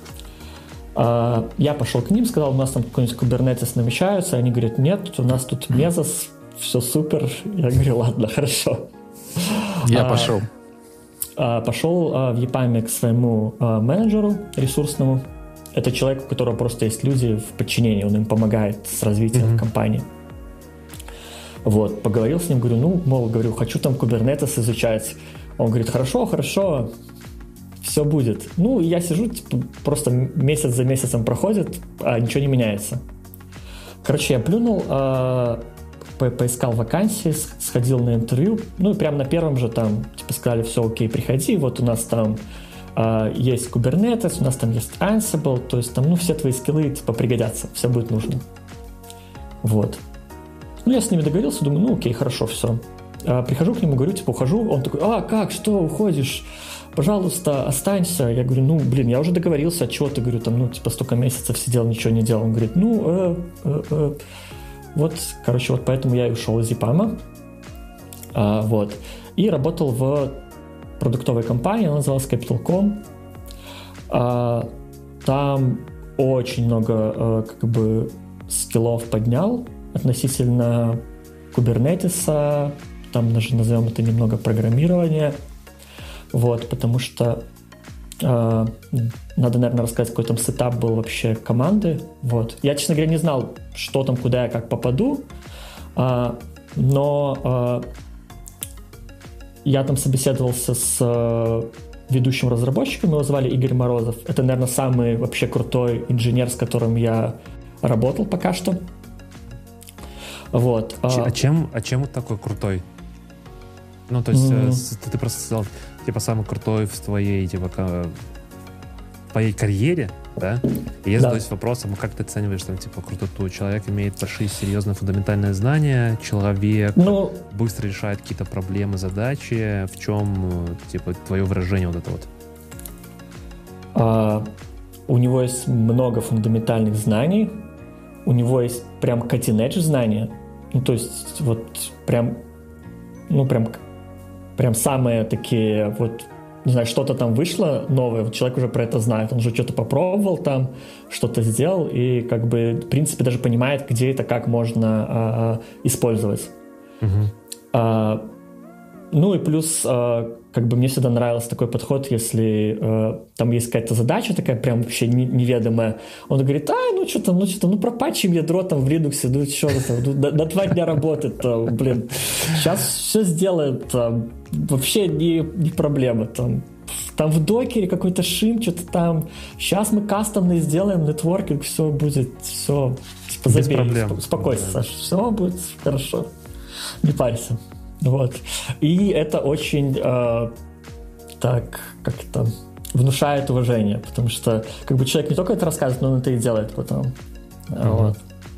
А, я пошел к ним, сказал, у нас там какой-нибудь Kubernetes намечается. Они говорят, нет, у нас тут Mesos, все супер. Я говорю, ладно, хорошо. Я а, пошел. А, пошел а, в EPAM к своему а, менеджеру ресурсному. Это человек, у которого просто есть люди в подчинении, он им помогает с развитием mm-hmm. компании. Вот, поговорил с ним, говорю, ну, мол, говорю, хочу там Kubernetes изучать. Он говорит, хорошо, хорошо, все будет. Ну, и я сижу, типа, просто месяц за месяцем проходит, а ничего не меняется. Короче, я плюнул, э, по- поискал вакансии, сходил на интервью, ну, и прямо на первом же там, типа, сказали, все, окей, приходи, вот у нас там Uh, есть Kubernetes, у нас там есть Ansible, то есть там, ну, все твои скиллы, типа, пригодятся, все будет нужно. Вот. Ну, я с ними договорился, думаю, ну, окей, хорошо, все. Uh, прихожу к нему, говорю, типа, ухожу, он такой, а, как, что, уходишь? Пожалуйста, останься. Я говорю, ну, блин, я уже договорился, а чего ты, говорю, там, ну, типа, столько месяцев сидел, ничего не делал. Он говорит, ну, э, э, э. вот, короче, вот поэтому я и ушел из EPAM. Uh, вот. И работал в продуктовой компании, она называлась Capital.com. А, там очень много а, как бы скиллов поднял относительно Kubernetes, там даже назовем это немного программирования. Вот, потому что а, надо, наверное, рассказать, какой там сетап был вообще команды. Вот. Я, честно говоря, не знал, что там, куда я как попаду, а, но а, я там собеседовался с э, ведущим разработчиком, его звали Игорь Морозов. Это, наверное, самый вообще крутой инженер, с которым я работал пока что. Вот. А чем, а чем вот такой крутой? Ну, то есть mm-hmm. ты, ты просто сказал, типа, самый крутой в твоей, типа, в твоей карьере, да? И я задаюсь да. вопросом, как ты оцениваешь, там, типа, крутоту? Человек имеет большие, серьезные, фундаментальные знания, человек ну, быстро решает какие-то проблемы, задачи. В чем, типа, твое выражение вот это вот? А, у него есть много фундаментальных знаний, у него есть прям cutting-edge знания, ну, то есть вот прям, ну, прям, прям самые такие вот, не знаю, что-то там вышло новое, вот человек уже про это знает, он уже что-то попробовал там, что-то сделал, и как бы, в принципе, даже понимает, где это, как можно а, использовать. Uh-huh. А, ну и плюс, а, как бы мне всегда нравился такой подход, если а, там есть какая-то задача такая прям вообще неведомая, он говорит, а, ну что там, ну что там, ну пропатчим ядро там в Linux, ну что там, ну, на, на два дня работает, там, блин, сейчас все сделаем, там, вообще не, не проблема, там, там в докере какой-то шим, что-то там, сейчас мы кастомный сделаем, нетворкинг, все будет, все, типа, забей, успокойся, да. Саша, все будет хорошо, не парься. Вот. И это очень э, так, как это, внушает уважение, потому что как бы человек не только это рассказывает, но он это и делает потом. Uh-huh. Вот.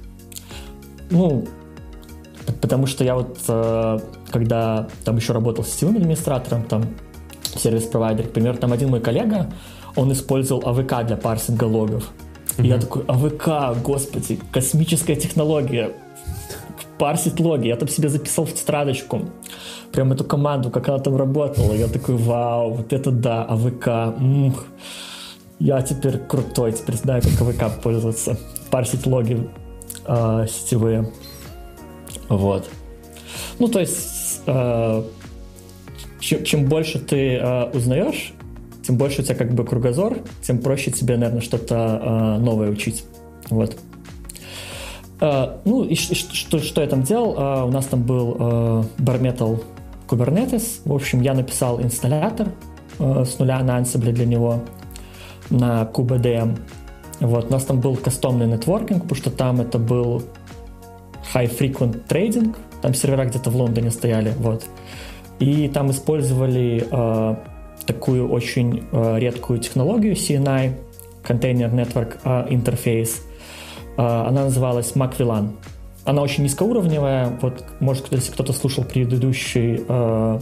Ну, потому что я вот, э, когда там еще работал сетевым администратором, там, сервис-провайдер, к примеру, там один мой коллега, он использовал эй ви кей для парсинга логов. Uh-huh. И я такой, эй ви кей, господи, космическая технология, парсить логи. Я там себе записал в тетрадочку прям эту команду, как она там работала. Я такой, вау, вот это да, эй ви кей. М-м, я теперь крутой, теперь знаю, как эй ви кей пользоваться. Парсить логи э, сетевые. Вот. Ну, то есть, э, чем, чем больше ты э, узнаешь, тем больше у тебя как бы кругозор, тем проще тебе, наверное, что-то э, новое учить. Вот. Uh, ну, и, и что, что я там делал? Uh, у нас там был uh, bare metal Kubernetes. В общем, я написал инсталлятор uh, с нуля на Ansible для него на кубедм. Вот. У нас там был кастомный нетворкинг, потому что там это был high frequent trading. Там сервера где-то в Лондоне стояли. Вот. И там использовали uh, такую очень uh, редкую технологию си эн ай, Container Network uh, Interface. Она называлась Macvillan. Она очень низкоуровневая. Вот, может, если кто-то слушал предыдущий э,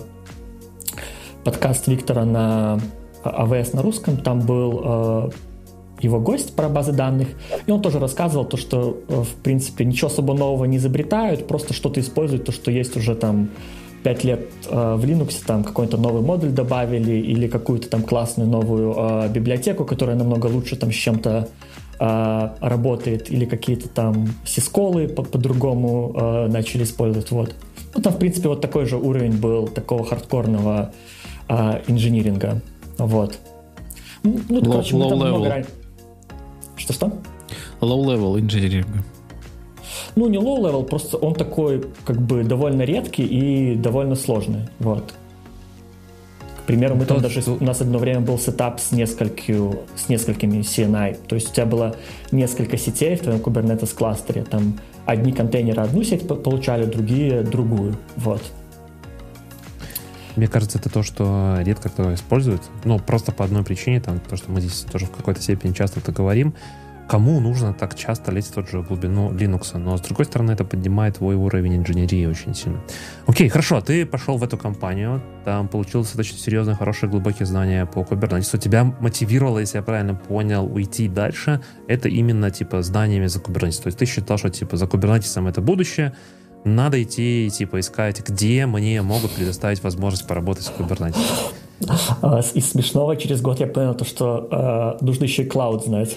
подкаст Виктора на эй ви эс на русском, там был э, его гость про базы данных, и он тоже рассказывал то, что, э, в принципе, ничего особо нового не изобретают, просто что-то используют, то, что есть уже там пять лет э, в Linux, там какой-то новый модуль добавили или какую-то там классную новую э, библиотеку, которая намного лучше там с чем-то работает, или какие-то там сисколы по- по-другому э, начали использовать. Вот. Ну, там, в принципе, вот такой же уровень был такого хардкорного э, инжиниринга. Вот. Ну, low, короче, мы там много ран... Что-что? Low-level инжиниринга. Ну, не low-level, просто он такой, как бы, довольно редкий и довольно сложный. Вот. К примеру, мы там даже, у нас одно время был сетап с, несколькими, с несколькими си эн ай, то есть у тебя было несколько сетей в твоем Kubernetes кластере, там одни контейнеры одну сеть получали, другие другую, вот. Мне кажется, это то, что редко кто использует, ну, просто по одной причине, там, то, что мы здесь тоже в какой-то степени часто это говорим, кому нужно так часто лезть в тот же глубину Linux, но, с другой стороны, это поднимает твой уровень инженерии очень сильно. Окей, хорошо, ты пошел в эту компанию, там получил достаточно серьезные, хорошие, глубокие знания по Kubernetes. Тебя мотивировало, если я правильно понял, уйти дальше, это именно, типа, знаниями за Kubernetes. То есть ты считал, что, типа, за Kubernetes это будущее, надо идти, типа, искать, где мне могут предоставить возможность поработать с Kubernetes. Из смешного через год я понял, то, что э, нужно еще и клауд знать.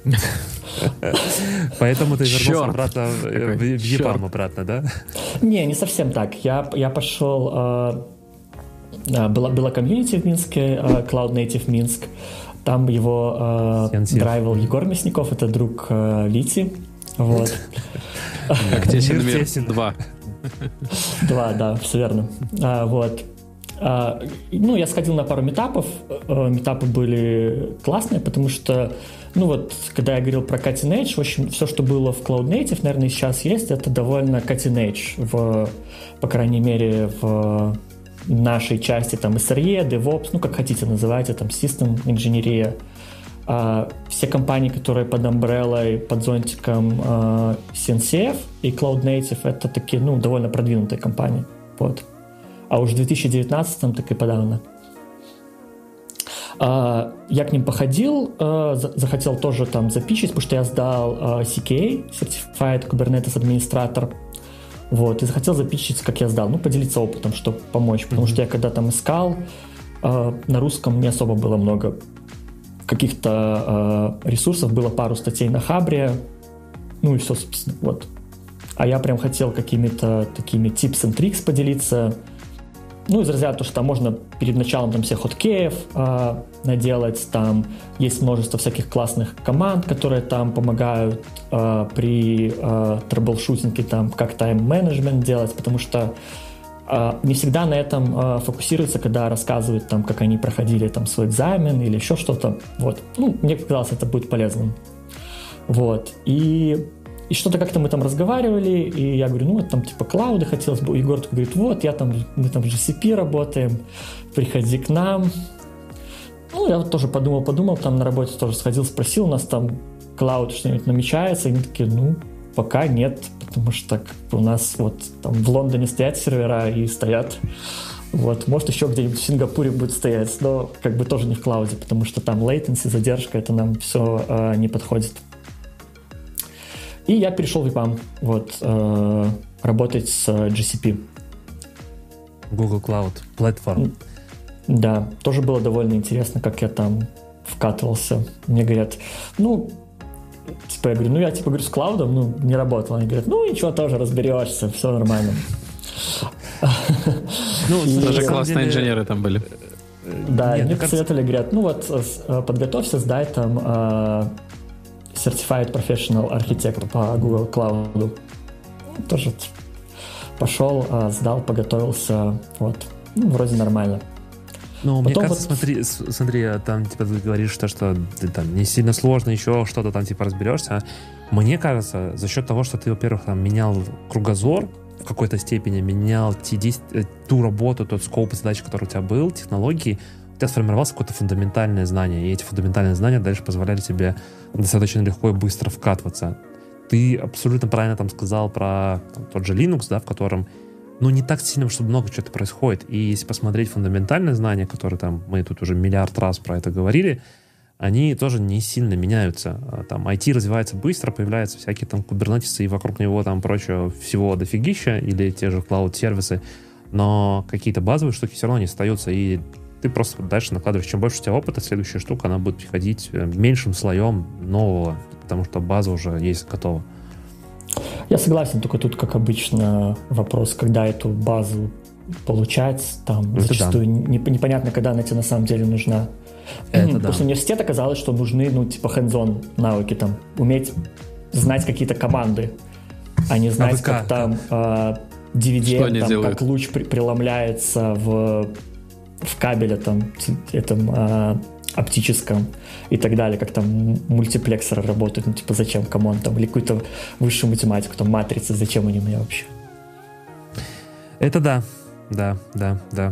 Поэтому ты вернулся обратно в EPAM обратно, да? Не, не совсем так. Я, я пошел... Э, была, была комьюнити в Минске, э, Cloud Native Минск. Там его э, драйвил Егор Мясников, это друг э, Вити. Вот. Актесин два. Два, да, все верно. А, вот. А, ну, я сходил на пару митапов. Митапы были классные, потому что, ну вот, когда я говорил про cutting edge, в общем, все, что было в Cloud Native, наверное, сейчас есть, это довольно cutting edge, в, по крайней мере, в нашей части, там, эс эр и, DevOps, ну, как хотите называйте, там, System инженерия. Uh, все компании, которые под umbrella, под зонтиком uh, си эн си эф и Cloud Native, это такие, ну, довольно продвинутые компании. Вот. А уж в две тысячи девятнадцатом так и подавно. Я к ним походил, захотел тоже там запичить, потому что я сдал си кей эй, Certified Kubernetes Administrator, вот, и захотел запичить, как я сдал, ну, поделиться опытом, чтобы помочь, потому mm-hmm. что я когда там искал, на русском не особо было много каких-то ресурсов, было пару статей на Хабре, ну и все, собственно, вот. А я прям хотел какими-то такими tips and tricks поделиться. Ну, из разряда то, что там можно перед началом там всех хоткеев э, наделать, там есть множество всяких классных команд, которые там помогают э, при э, трэблшутинге, там, как тайм-менеджмент делать, потому что э, не всегда на этом э, фокусируются, когда рассказывают, там, как они проходили там свой экзамен или еще что-то. Вот. Ну, мне показалось, это будет полезным. Вот. И И что-то как-то мы там разговаривали, и я говорю, ну, вот там типа клауды хотелось бы. Егор такой говорит, вот, я там, мы там в джи си пи работаем, приходи к нам. Ну, я вот тоже подумал-подумал, там на работе тоже сходил, спросил, у нас там клауд что-нибудь намечается, и они такие, ну, пока нет, потому что как бы, у нас вот там в Лондоне стоят сервера и стоят. Вот, может, еще где-нибудь в Сингапуре будет стоять, но как бы тоже не в клауде, потому что там latency, задержка, это нам все э, не подходит. И я перешел в ИПАМ, вот, э, работать с джи си пи. Google Cloud Platform. Да, тоже было довольно интересно, как я там вкатывался. Мне говорят, ну, типа, я говорю, ну, я, типа, говорю, с клаудом, ну, не работал. Они говорят, ну, ничего, тоже разберешься, все нормально. Ну, даже классные инженеры там были. Да, мне посоветовали, говорят, ну, вот, подготовься, сдай там Certified Professional Architect по Google Cloud. Тоже пошел, сдал, подготовился, вот. Ну, вроде нормально. Ну, мне кажется, вот... смотри, смотри, там, типа, ты говоришь, что, что ты там не сильно сложно, еще что-то там, типа, разберешься. Мне кажется, за счет того, что ты, во-первых, там, менял кругозор в какой-то степени, менял те, ту работу, тот скоп задач, который у тебя был, технологии, у тебя сформировалось какое-то фундаментальное знание, и эти фундаментальные знания дальше позволяли тебе достаточно легко и быстро вкатываться. Ты абсолютно правильно там сказал про там, тот же Linux, да, в котором, ну, не так сильно, чтобы много чего-то происходит. И если посмотреть фундаментальные знания, которые там, мы тут уже миллиард раз про это говорили, они тоже не сильно меняются. Там ай ти развивается быстро, появляются всякие там кубернетисы и вокруг него там прочего всего дофигища, или те же клауд-сервисы, но какие-то базовые штуки все равно не остаются, и ты просто дальше накладываешь. Чем больше у тебя опыта, следующая штука, она будет приходить меньшим слоем нового, потому что база уже есть готова. Я согласен, только тут, как обычно, вопрос, когда эту базу получать, там это зачастую да. непонятно, когда она тебе на самом деле нужна. Это После да. университета оказалось, что нужны, ну, типа, hands-on навыки, там, уметь знать какие-то команды, а не знать, а как, как там э, ди ви ди эм, там, как луч при- преломляется в, в кабеле там, этом э, оптическом и так далее, как там мультиплексоры работают, ну, типа, зачем, кому он там, или какую-то высшую математику, там, матрицы, зачем они мне вообще? Это да, да, да, да.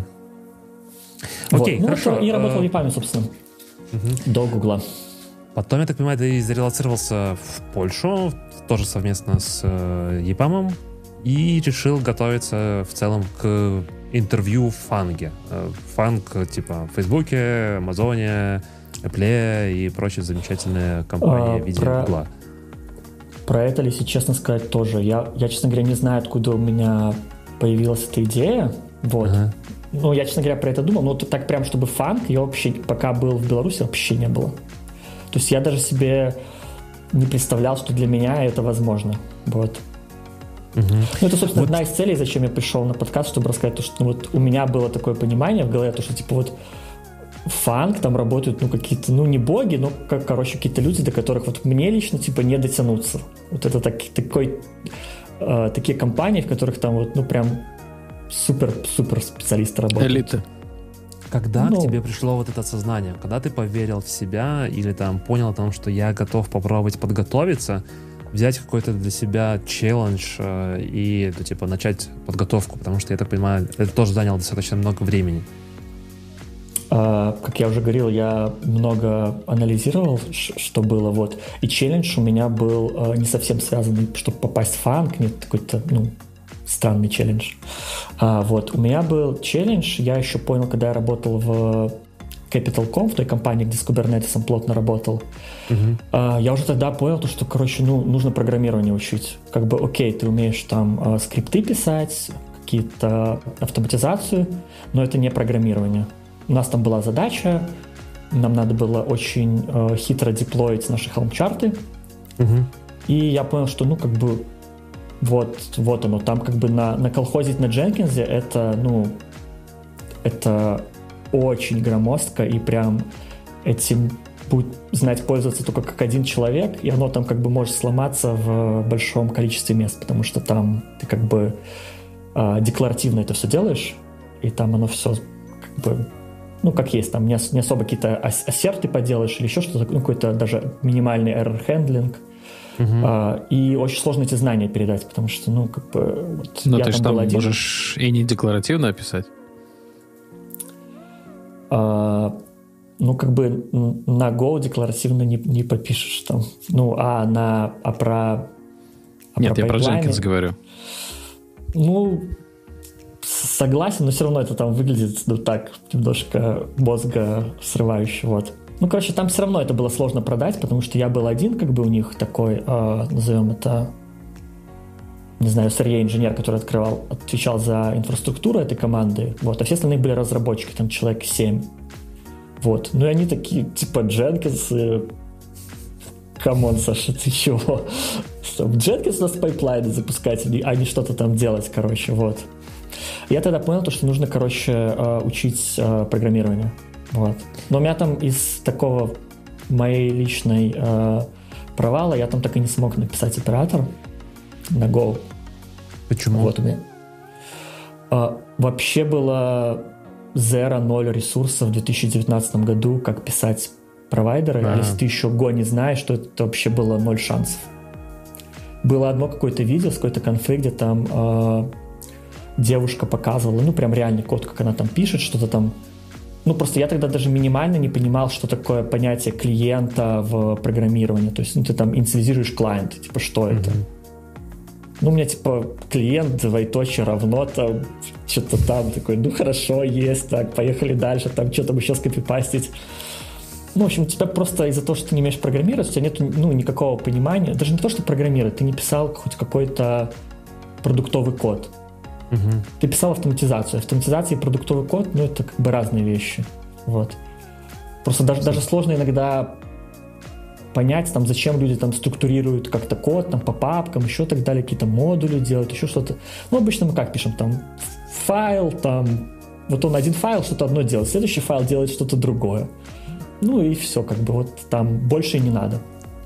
Окей, вот. хорошо. Ну, и работал в ИПАМе, собственно, угу. до Гугла. Потом, я так понимаю, ты зарелацировался в Польшу, тоже совместно с э, ИПАМом, и решил готовиться в целом к интервью в Фанге. Фанг, типа, в Фейсбуке, Амазоне, Apple и прочие замечательные компании а, в виде про... Гугла. Про это, если честно сказать, тоже. Я, я, честно говоря, не знаю, откуда у меня появилась эта идея. Вот. Ага. Ну, я, честно говоря, про это думал, но так прям, чтобы фанк, я вообще, пока был в Беларуси, вообще не было. То есть я даже себе не представлял, что для меня это возможно. Вот. Угу. Ну, это, собственно, вот. Одна из целей, зачем я пришел на подкаст, чтобы рассказать то, что ну, вот у меня было такое понимание в голове, то, что, типа, вот фанк, там работают, ну, какие-то, ну, не боги, но, как, короче, какие-то люди, до которых вот мне лично, типа, не дотянуться. Вот это так, такой, э, такие компании, в которых там вот, ну, прям супер-супер специалисты работают. Элита. Когда ну, к тебе пришло вот это осознание? Когда ты поверил в себя или там понял о том, что я готов попробовать подготовиться, взять какой-то для себя челлендж э, и, ну, типа, начать подготовку? Потому что, я так понимаю, это тоже заняло достаточно много времени. Uh, как я уже говорил, я много анализировал, ш- что было, вот. И челлендж у меня был uh, не совсем связанный, чтобы попасть в фанк, нет, какой-то, ну, странный челлендж. Uh, вот. У меня был челлендж, я еще понял, когда я работал в Capital Conf, в той компании, где с Kubernetes плотно работал, uh-huh. я уже тогда понял, что, короче, ну, нужно программирование учить. Как бы, окей, ты умеешь там скрипты писать, какие-то автоматизацию, но это не программирование. У нас там была задача, нам надо было очень э, хитро деплоить наши Helm-чарты, uh-huh. и я понял, что, ну, как бы, вот, вот оно, там как бы на, наколхозить на Jenkins это, ну, это очень громоздко, и прям этим будет знать пользоваться только как один человек, и оно там как бы может сломаться в большом количестве мест, потому что там ты как бы э, декларативно это все делаешь, и там оно все как бы, ну, как есть, там не, не особо какие-то ассерты поделаешь или еще что-то, ну, какой-то даже минимальный error-handling, uh-huh. э, и очень сложно эти знания передать, потому что, ну, как бы... Вот, ну, ты же там один. Можешь и не декларативно описать. Uh, ну, как бы на Go декларативно не, не попишешь там. Ну, а на а про а Нет, про я про Jenkins говорю. Ну, согласен, но все равно это там выглядит, ну, так, немножко мозга срывающе, вот. Ну, короче, там все равно это было сложно продать, потому что я был один, как бы у них такой, э, назовем это, не знаю, эс эр и-инженер, который открывал, отвечал за инфраструктуру этой команды, вот, а все остальные были разработчики, там человек семь, вот, ну и они такие, типа, Jenkins, камон, Саша, ты чего? Jenkins у нас пайплайны запускать, а не что-то там делать, короче, вот. Я тогда понял, то, что нужно, короче, учить программирование, вот. Но у меня там из такого моей личной провала, я там так и не смог написать оператор на Go. Почему? Вот у меня. А, вообще было zero, ноль ресурсов в две тысячи девятнадцатом году, как писать провайдеры. А, а если ты еще Go не знаешь, то это вообще было ноль шансов. Было одно какое-то видео с какой-то конфы, где там э, девушка показывала, ну, прям реальный код, как она там пишет, что-то там. Ну, просто я тогда даже минимально не понимал, что такое понятие клиента в программировании. То есть, ну, ты там инициализируешь клиент, типа, что mm-hmm. это? Ну, у меня, типа, клиент, двоеточие, равно там, что-то там, такой, ну, хорошо, есть, так, поехали дальше, там, что там еще скопипастить. Ну, в общем, у тебя просто из-за того, что ты не умеешь программировать, у тебя нет, ну, никакого понимания, даже не то, что программировать, ты не писал хоть какой-то продуктовый код. Uh-huh. Ты писал автоматизацию. Автоматизация и продуктовый код, ну, это как бы разные вещи. Вот. Просто даже, даже сложно иногда понять, там, зачем люди там структурируют как-то код, там, по папкам, еще так далее, какие-то модули делают, еще что-то. Ну, обычно мы как пишем, там, файл, там, вот он один файл что-то одно делает, следующий файл делает что-то другое. Ну, и все, как бы, вот там больше и не надо.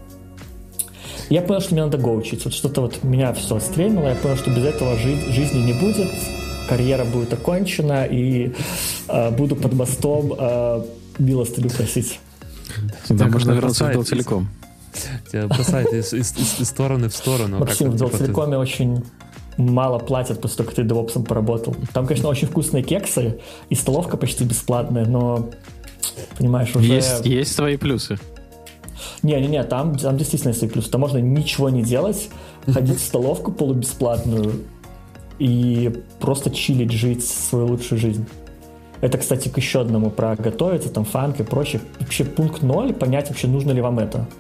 Я понял, что мне надо Go учить. Вот что-то вот меня все стрельнуло, я понял, что без этого жи- жизни не будет, карьера будет окончена, и э, буду под мостом э, милостыню просить. Да, можно вернуться в Делтелеком. Тебя бросает из, из, из, из стороны в сторону. Максим, в Делтелекоме очень мало платят после того, как ты девопсом поработал. Там, конечно, очень вкусные кексы, и столовка почти бесплатная, но, понимаешь, уже... Есть, есть свои плюсы. Не-не-не, там, там действительно есть свои плюсы. Там можно ничего не делать, ходить в столовку полубесплатную и просто чилить, жить свою лучшую жизнь. Это, кстати, к еще одному про готовиться, там, фанк и прочее. Вообще пункт ноль, понять вообще, нужно ли вам это.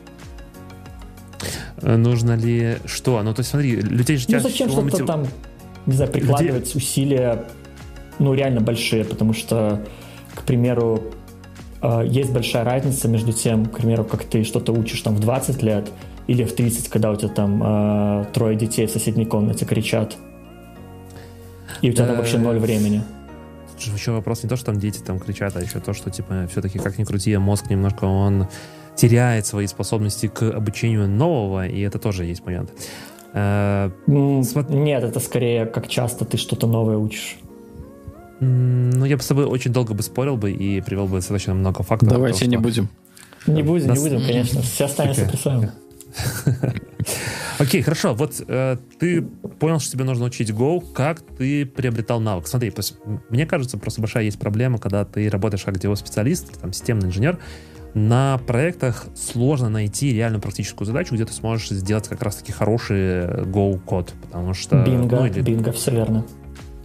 Нужно ли что? Ну, то есть, смотри, людей же... Ну, зачем что-то мотив... там, не знаю, прикладывать людей... усилия, ну, реально большие, потому что, к примеру, есть большая разница между тем, к примеру, как ты что-то учишь там в двадцать лет или в тридцать, когда у тебя там э, трое детей в соседней комнате кричат, и у тебя там вообще ноль времени. Еще вопрос не то, что там дети там кричат, а еще то, что, типа, все-таки, как ни крути, мозг немножко, он теряет свои способности к обучению нового, и это тоже есть момент. Э, Нет, это скорее, как часто ты что-то новое учишь. Ну, я бы с тобой очень долго бы спорил бы и привел бы достаточно много факторов. Давайте того, не что... будем. Не будем, Нас... не будем, конечно. Все останемся при своем. Окей, хорошо. Вот э, ты понял, что тебе нужно учить Go. Как ты приобретал навык? Смотри, то есть, мне кажется, просто большая есть проблема, когда ты работаешь как DevOps-специалист, там, системный инженер. На проектах сложно найти реальную практическую задачу, где ты сможешь сделать как раз-таки хороший Go-код, потому что... Бинго, ну, или... бинго, все верно.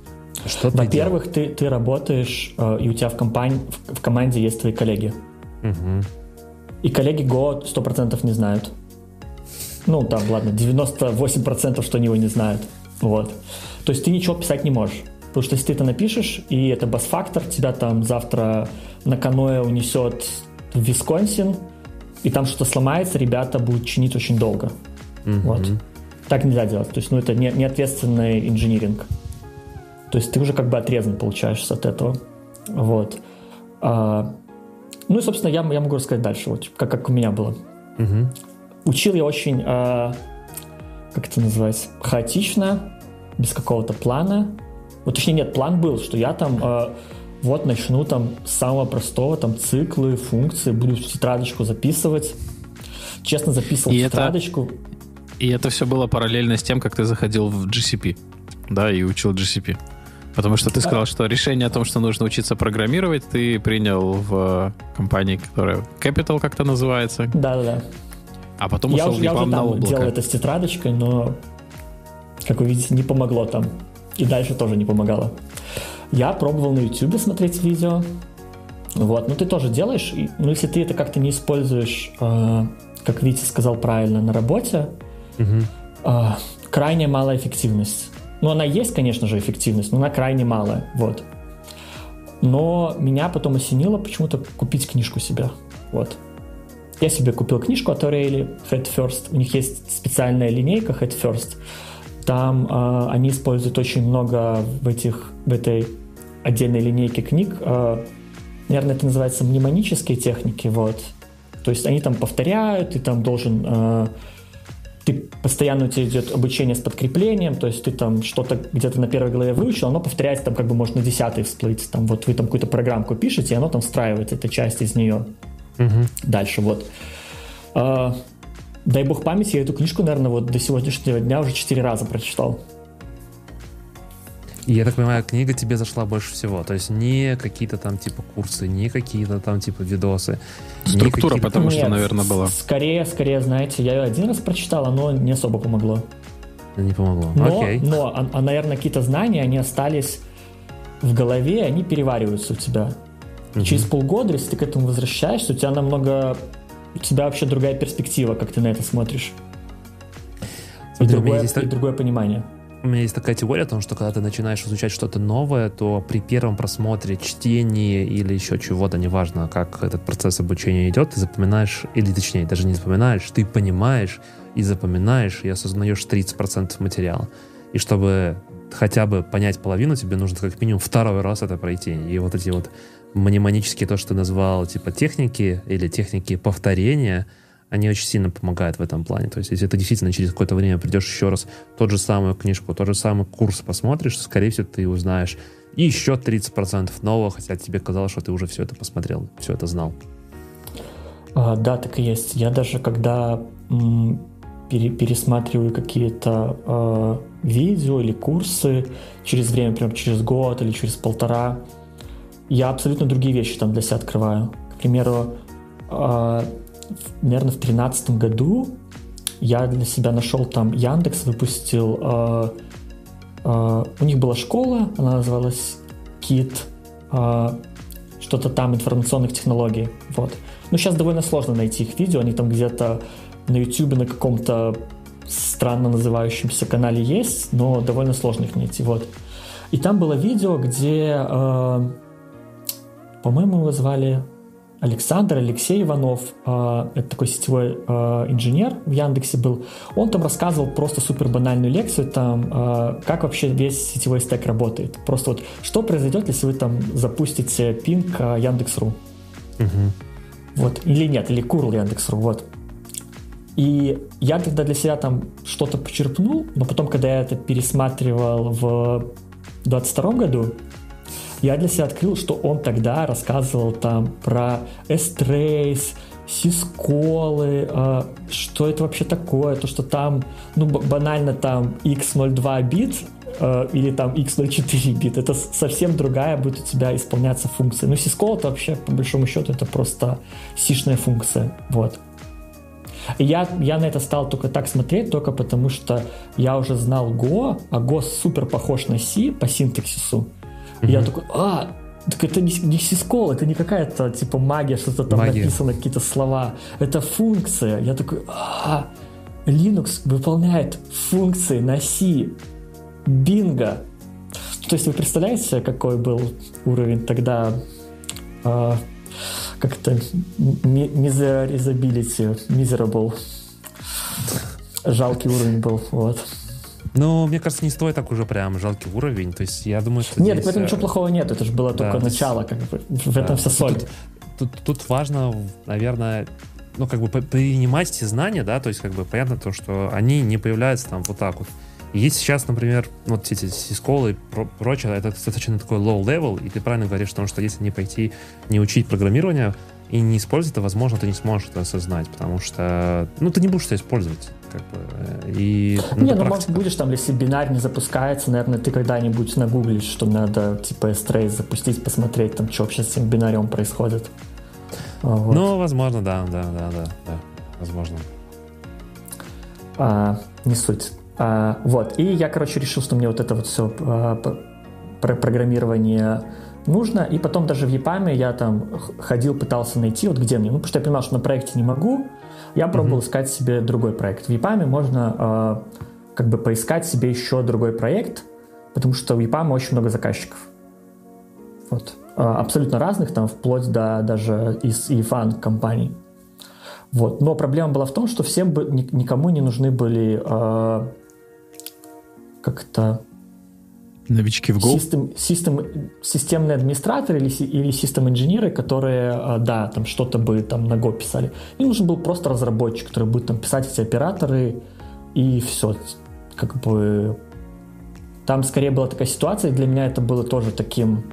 Что ты Во-первых, ты, ты работаешь, э, и у тебя в, компании, в, в команде есть твои коллеги. Угу. И коллеги Go сто процентов не знают. Ну, там, ладно, девяносто восемь процентов, что они его не знают. Вот. То есть ты ничего писать не можешь. Потому что если ты это напишешь, и это бас-фактор, тебя там завтра на каноэ унесет в Висконсин, и там что-то сломается, ребята будут чинить очень долго. Mm-hmm. Вот. Так нельзя делать. То есть, ну, это не, не ответственный инжиниринг. То есть ты уже как бы отрезан получаешься от этого. Вот. А, ну и, собственно, я, я могу рассказать дальше, вот, как, как у меня было. Mm-hmm. Учил я очень, а, как это называется, хаотично, без какого-то плана. Вот, точнее, нет, план был, что я там э, вот начну там с самого простого, там циклы, функции, буду в тетрадочку записывать. Честно записывал и в тетрадочку. Это, и это все было параллельно с тем, как ты заходил в джи си пи, да, и учил джи си пи. Потому что ты сказал, а... что решение о том, что нужно учиться программировать, ты принял в компании, которая Capital как-то называется. Да-да-да. А потом я ушел уже, в вам на облако. Я уже делал это с тетрадочкой, но, как вы видите, не помогло там. И дальше тоже не помогало. Я пробовал на YouTube смотреть видео. Вот, ну ты тоже делаешь. И, ну, если ты это как-то не используешь, э, как Витя сказал правильно, на работе, угу. э, крайне малая эффективность. Ну, она есть, конечно же, эффективность, но она крайне малая. Вот. Но меня потом осенило почему-то купить книжку себе. Вот. Я себе купил книжку от O'Reilly, Head First. У них есть специальная линейка Head First. Там э, они используют очень много в, этих, в этой отдельной линейке книг. Э, наверное, это называется мнемонические техники. Вот. То есть они там повторяют, ты там должен... Э, ты постоянно у тебя идет обучение с подкреплением, то есть ты там что-то где-то на первой главе выучил, оно повторяется, там как бы может на десятой всплыть. Там вот вы там какую-то программку пишете, и оно там встраивается, эта часть из нее. Угу. Дальше вот. Э, Дай бог памяти, я эту книжку, наверное, вот до сегодняшнего дня уже четыре раза прочитал. И я так понимаю, книга тебе зашла больше всего. То есть не какие-то там типа курсы, не какие-то там типа видосы. Структура, потому что, Нет, наверное, была. Скорее, скорее, знаете, я ее один раз прочитал, оно не особо помогло. Не помогло. Но, Окей. но а, а, наверное, какие-то знания, они остались в голове, они перевариваются у тебя. Угу. Через полгода, если ты к этому возвращаешься, у тебя намного... У тебя вообще другая перспектива, как ты на это смотришь. И, Смотри, другое, есть и так... другое понимание. У меня есть такая теория о том, что когда ты начинаешь изучать что-то новое, то при первом просмотре, чтении или еще чего-то, неважно, как этот процесс обучения идет, ты запоминаешь, или точнее, даже не запоминаешь, ты понимаешь и запоминаешь, и осознаешь тридцать процентов материала. И чтобы хотя бы понять половину, тебе нужно как минимум второй раз это пройти. И вот эти вот мнемонические, то, что ты назвал, типа техники или техники повторения, они очень сильно помогают в этом плане. То есть, если ты действительно через какое-то время придешь еще раз тот же самую книжку, тот же самый курс посмотришь, то, скорее всего, ты узнаешь и еще тридцать процентов нового, хотя тебе казалось, что ты уже все это посмотрел, все это знал. А, да, так и есть. Я даже когда м, пере, пересматриваю какие-то э, видео или курсы через время, прям через год или через полтора, я абсолютно другие вещи там для себя открываю. К примеру, э, наверное, в тринадцатом году я для себя нашел там, Яндекс выпустил, э, э, у них была школа, она называлась КИТ, э, что-то там информационных технологий. Вот. Ну, сейчас довольно сложно найти их видео, они там где-то на YouTube на каком-то странно называющемся канале есть, но довольно сложно их найти. Вот. И там было видео, где, э, по-моему, его звали Александр, Алексей Иванов, э, это такой сетевой э, инженер в Яндексе был. Он там рассказывал просто супер банальную лекцию, там, э, как вообще весь сетевой стек работает. Просто вот, что произойдет, если вы там запустите пинг э, Яндекс.ру. Угу. Вот. Или нет, или курл Яндекс.ру, вот. И я тогда для себя там что-то почерпнул, но потом, когда я это пересматривал в двадцать втором году, я для себя открыл, что он тогда рассказывал там про S-Trace, сисколы, э, что это вообще такое, то, что там, ну, банально там икс ноль два бит э, или там икс ноль четыре бит, это совсем другая будет у тебя исполняться функция. Ну, сискол это вообще, по большому счету, это просто сишная функция, вот. И я, я на это стал только так смотреть, только потому что я уже знал Go, а Go супер похож на C по синтаксису. Mm-hmm. И я такой, а, так это не, не сискол, это не какая-то типа магия, что-то там магия. Написано, какие-то слова. Это функция. Я такой, а, Linux выполняет функции на C. Бинго. То есть вы представляете, какой был уровень тогда э, как-то miserability, miserable, жалкий уровень был, вот. Ну, мне кажется, не стоит так уже прям жалкий уровень, то есть я думаю, что нет, здесь... в этом ничего плохого нет, это же было да, только начало, есть... как бы, в да. этом вся соль. Тут, тут, тут важно, наверное, ну, как бы принимать эти знания, да, то есть, как бы, понятно то, что они не появляются там вот так вот. Есть сейчас, например, вот эти сисколы и про- прочее, это достаточно такой low-level, и ты правильно говоришь, потому что если не пойти, не учить программирование и не использовать это, возможно, ты не сможешь это осознать, потому что, ну, ты не будешь это использовать, как бы, и... Ну, не, ну, может, будешь там, если бинарь не запускается, наверное, ты когда-нибудь нагуглишь, что надо, типа, S-Trace запустить, посмотреть, там, что вообще с этим бинарем происходит. Вот. Ну, возможно, да, да, да, да, да, возможно. А, не суть. А, вот, и я, короче, решил, что мне вот это вот все а, про программирование нужно, и потом даже в EPAM я там ходил, пытался найти, вот где мне, ну, потому что я понимал, что на проекте не могу, я пробовал mm-hmm. искать себе другой проект. В EPAM можно а, как бы поискать себе еще другой проект, потому что у EPAM очень много заказчиков. Вот. А, абсолютно разных, там, вплоть до даже из и фан компаний. Вот. Но проблема была в том, что всем бы, никому не нужны были а, как-то новички в Go? Систем, систем, системные администраторы или, или систем-инженеры, которые, да, там что-то бы там на Go писали. Им нужен был просто разработчик, который будет там писать эти операторы, и все. Как бы там скорее была такая ситуация, и для меня это было тоже таким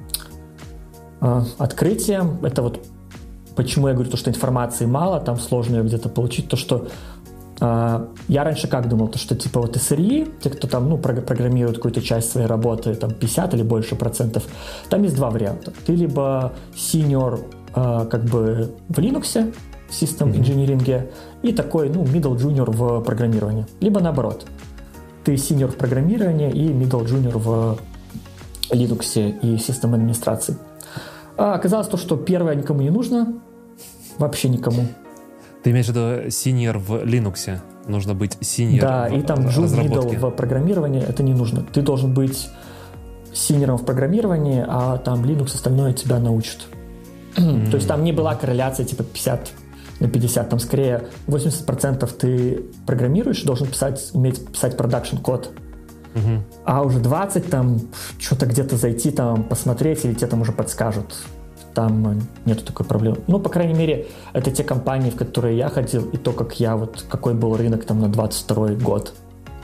э, открытием. Это вот почему я говорю, то, что информации мало, там сложно ее где-то получить, то, что Uh, я раньше как думал, то, что типа вот эс эр и, те, кто там, ну, программирует какую-то часть своей работы, там пятьдесят или больше процентов, там есть два варианта. Ты либо senior uh, как бы в Linux, System Engineering, mm-hmm. и такой, ну, middle junior в программировании. Либо наоборот. Ты senior в программировании и middle junior в Linux и System администрации. Uh, оказалось то, что первое никому не нужно, вообще никому. Ты имеешь в виду senior в Linux? Нужно быть senior да, в и там разработке. middle в программировании, это не нужно. Ты должен быть синьором в программировании, а там Linux остальное тебя научит. Mm-hmm. То есть там не была корреляция типа пятьдесят на пятьдесят, там скорее восемьдесят процентов ты программируешь, должен писать, уметь писать продакшн код. Mm-hmm. А уже двадцать там что-то где-то зайти, там посмотреть, или тебе там уже подскажут. Там нету такой проблемы. Ну, по крайней мере, это те компании, в которые я ходил, и то, как я, вот, какой был рынок там на двадцать второй год.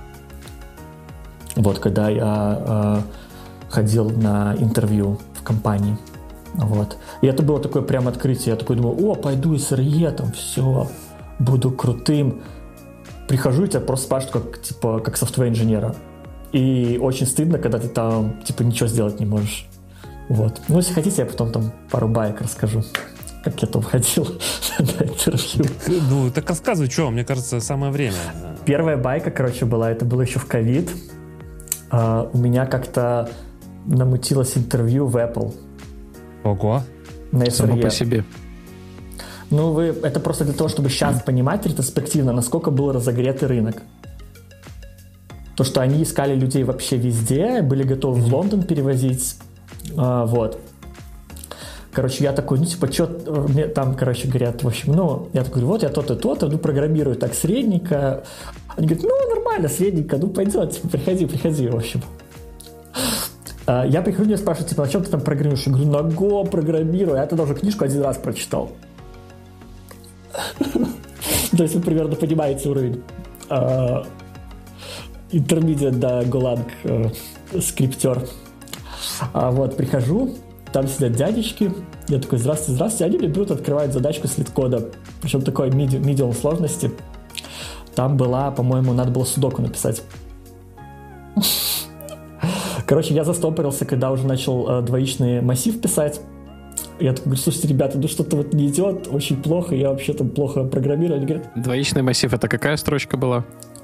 Вот, когда я э, ходил на интервью в компании. Вот. И это было такое прям открытие. Я такой думал, о, пойду эс эр и, там, все, буду крутым. Прихожу, и тебя просто спрашивают, как, типа, как софтвер-инженера. И очень стыдно, когда ты там, типа, ничего сделать не можешь. Вот. Ну, если хотите, я потом там пару баек расскажу, как я там ходил на интервью. Ну, так рассказывай, что, мне кажется, самое время. Первая байка, короче, была, это было еще в ковид. Uh, у меня как-то намутилось интервью в Apple. Ого. На эс эр и. Само по себе. Ну, вы, это просто для того, чтобы сейчас понимать ретроспективно, насколько был разогретый рынок. То, что они искали людей вообще везде, были готовы в Лондон перевозить. А, вот. Короче, я такой, ну, типа, что мне там, короче, говорят, в общем, ну, я такой, вот, я то-то, то-то, ну, программирую так средненько. Они говорят, ну, нормально, средненько, ну, пойдет, типа, приходи, приходи, в общем. А, я прихожу, меня спрашивают, типа, на чем ты там программируешь? Я говорю, на Go программирую. Я тогда уже книжку один раз прочитал. То есть вы примерно понимаете уровень интермедиат до Golang скриптер. А вот прихожу, там сидят дядечки, я такой, здравствуйте, здравствуйте, они мне берут, открывают задачку с лид-кода, причем такой медиум сложности. Там была, по-моему, надо было судоку написать. Короче, я застопорился, когда уже начал э, двоичный массив писать. Я такой говорю, слушайте, ребята, ну что-то вот не идет, очень плохо, я вообще там плохо программирую. Они говорят, двоичный массив — это какая строчка была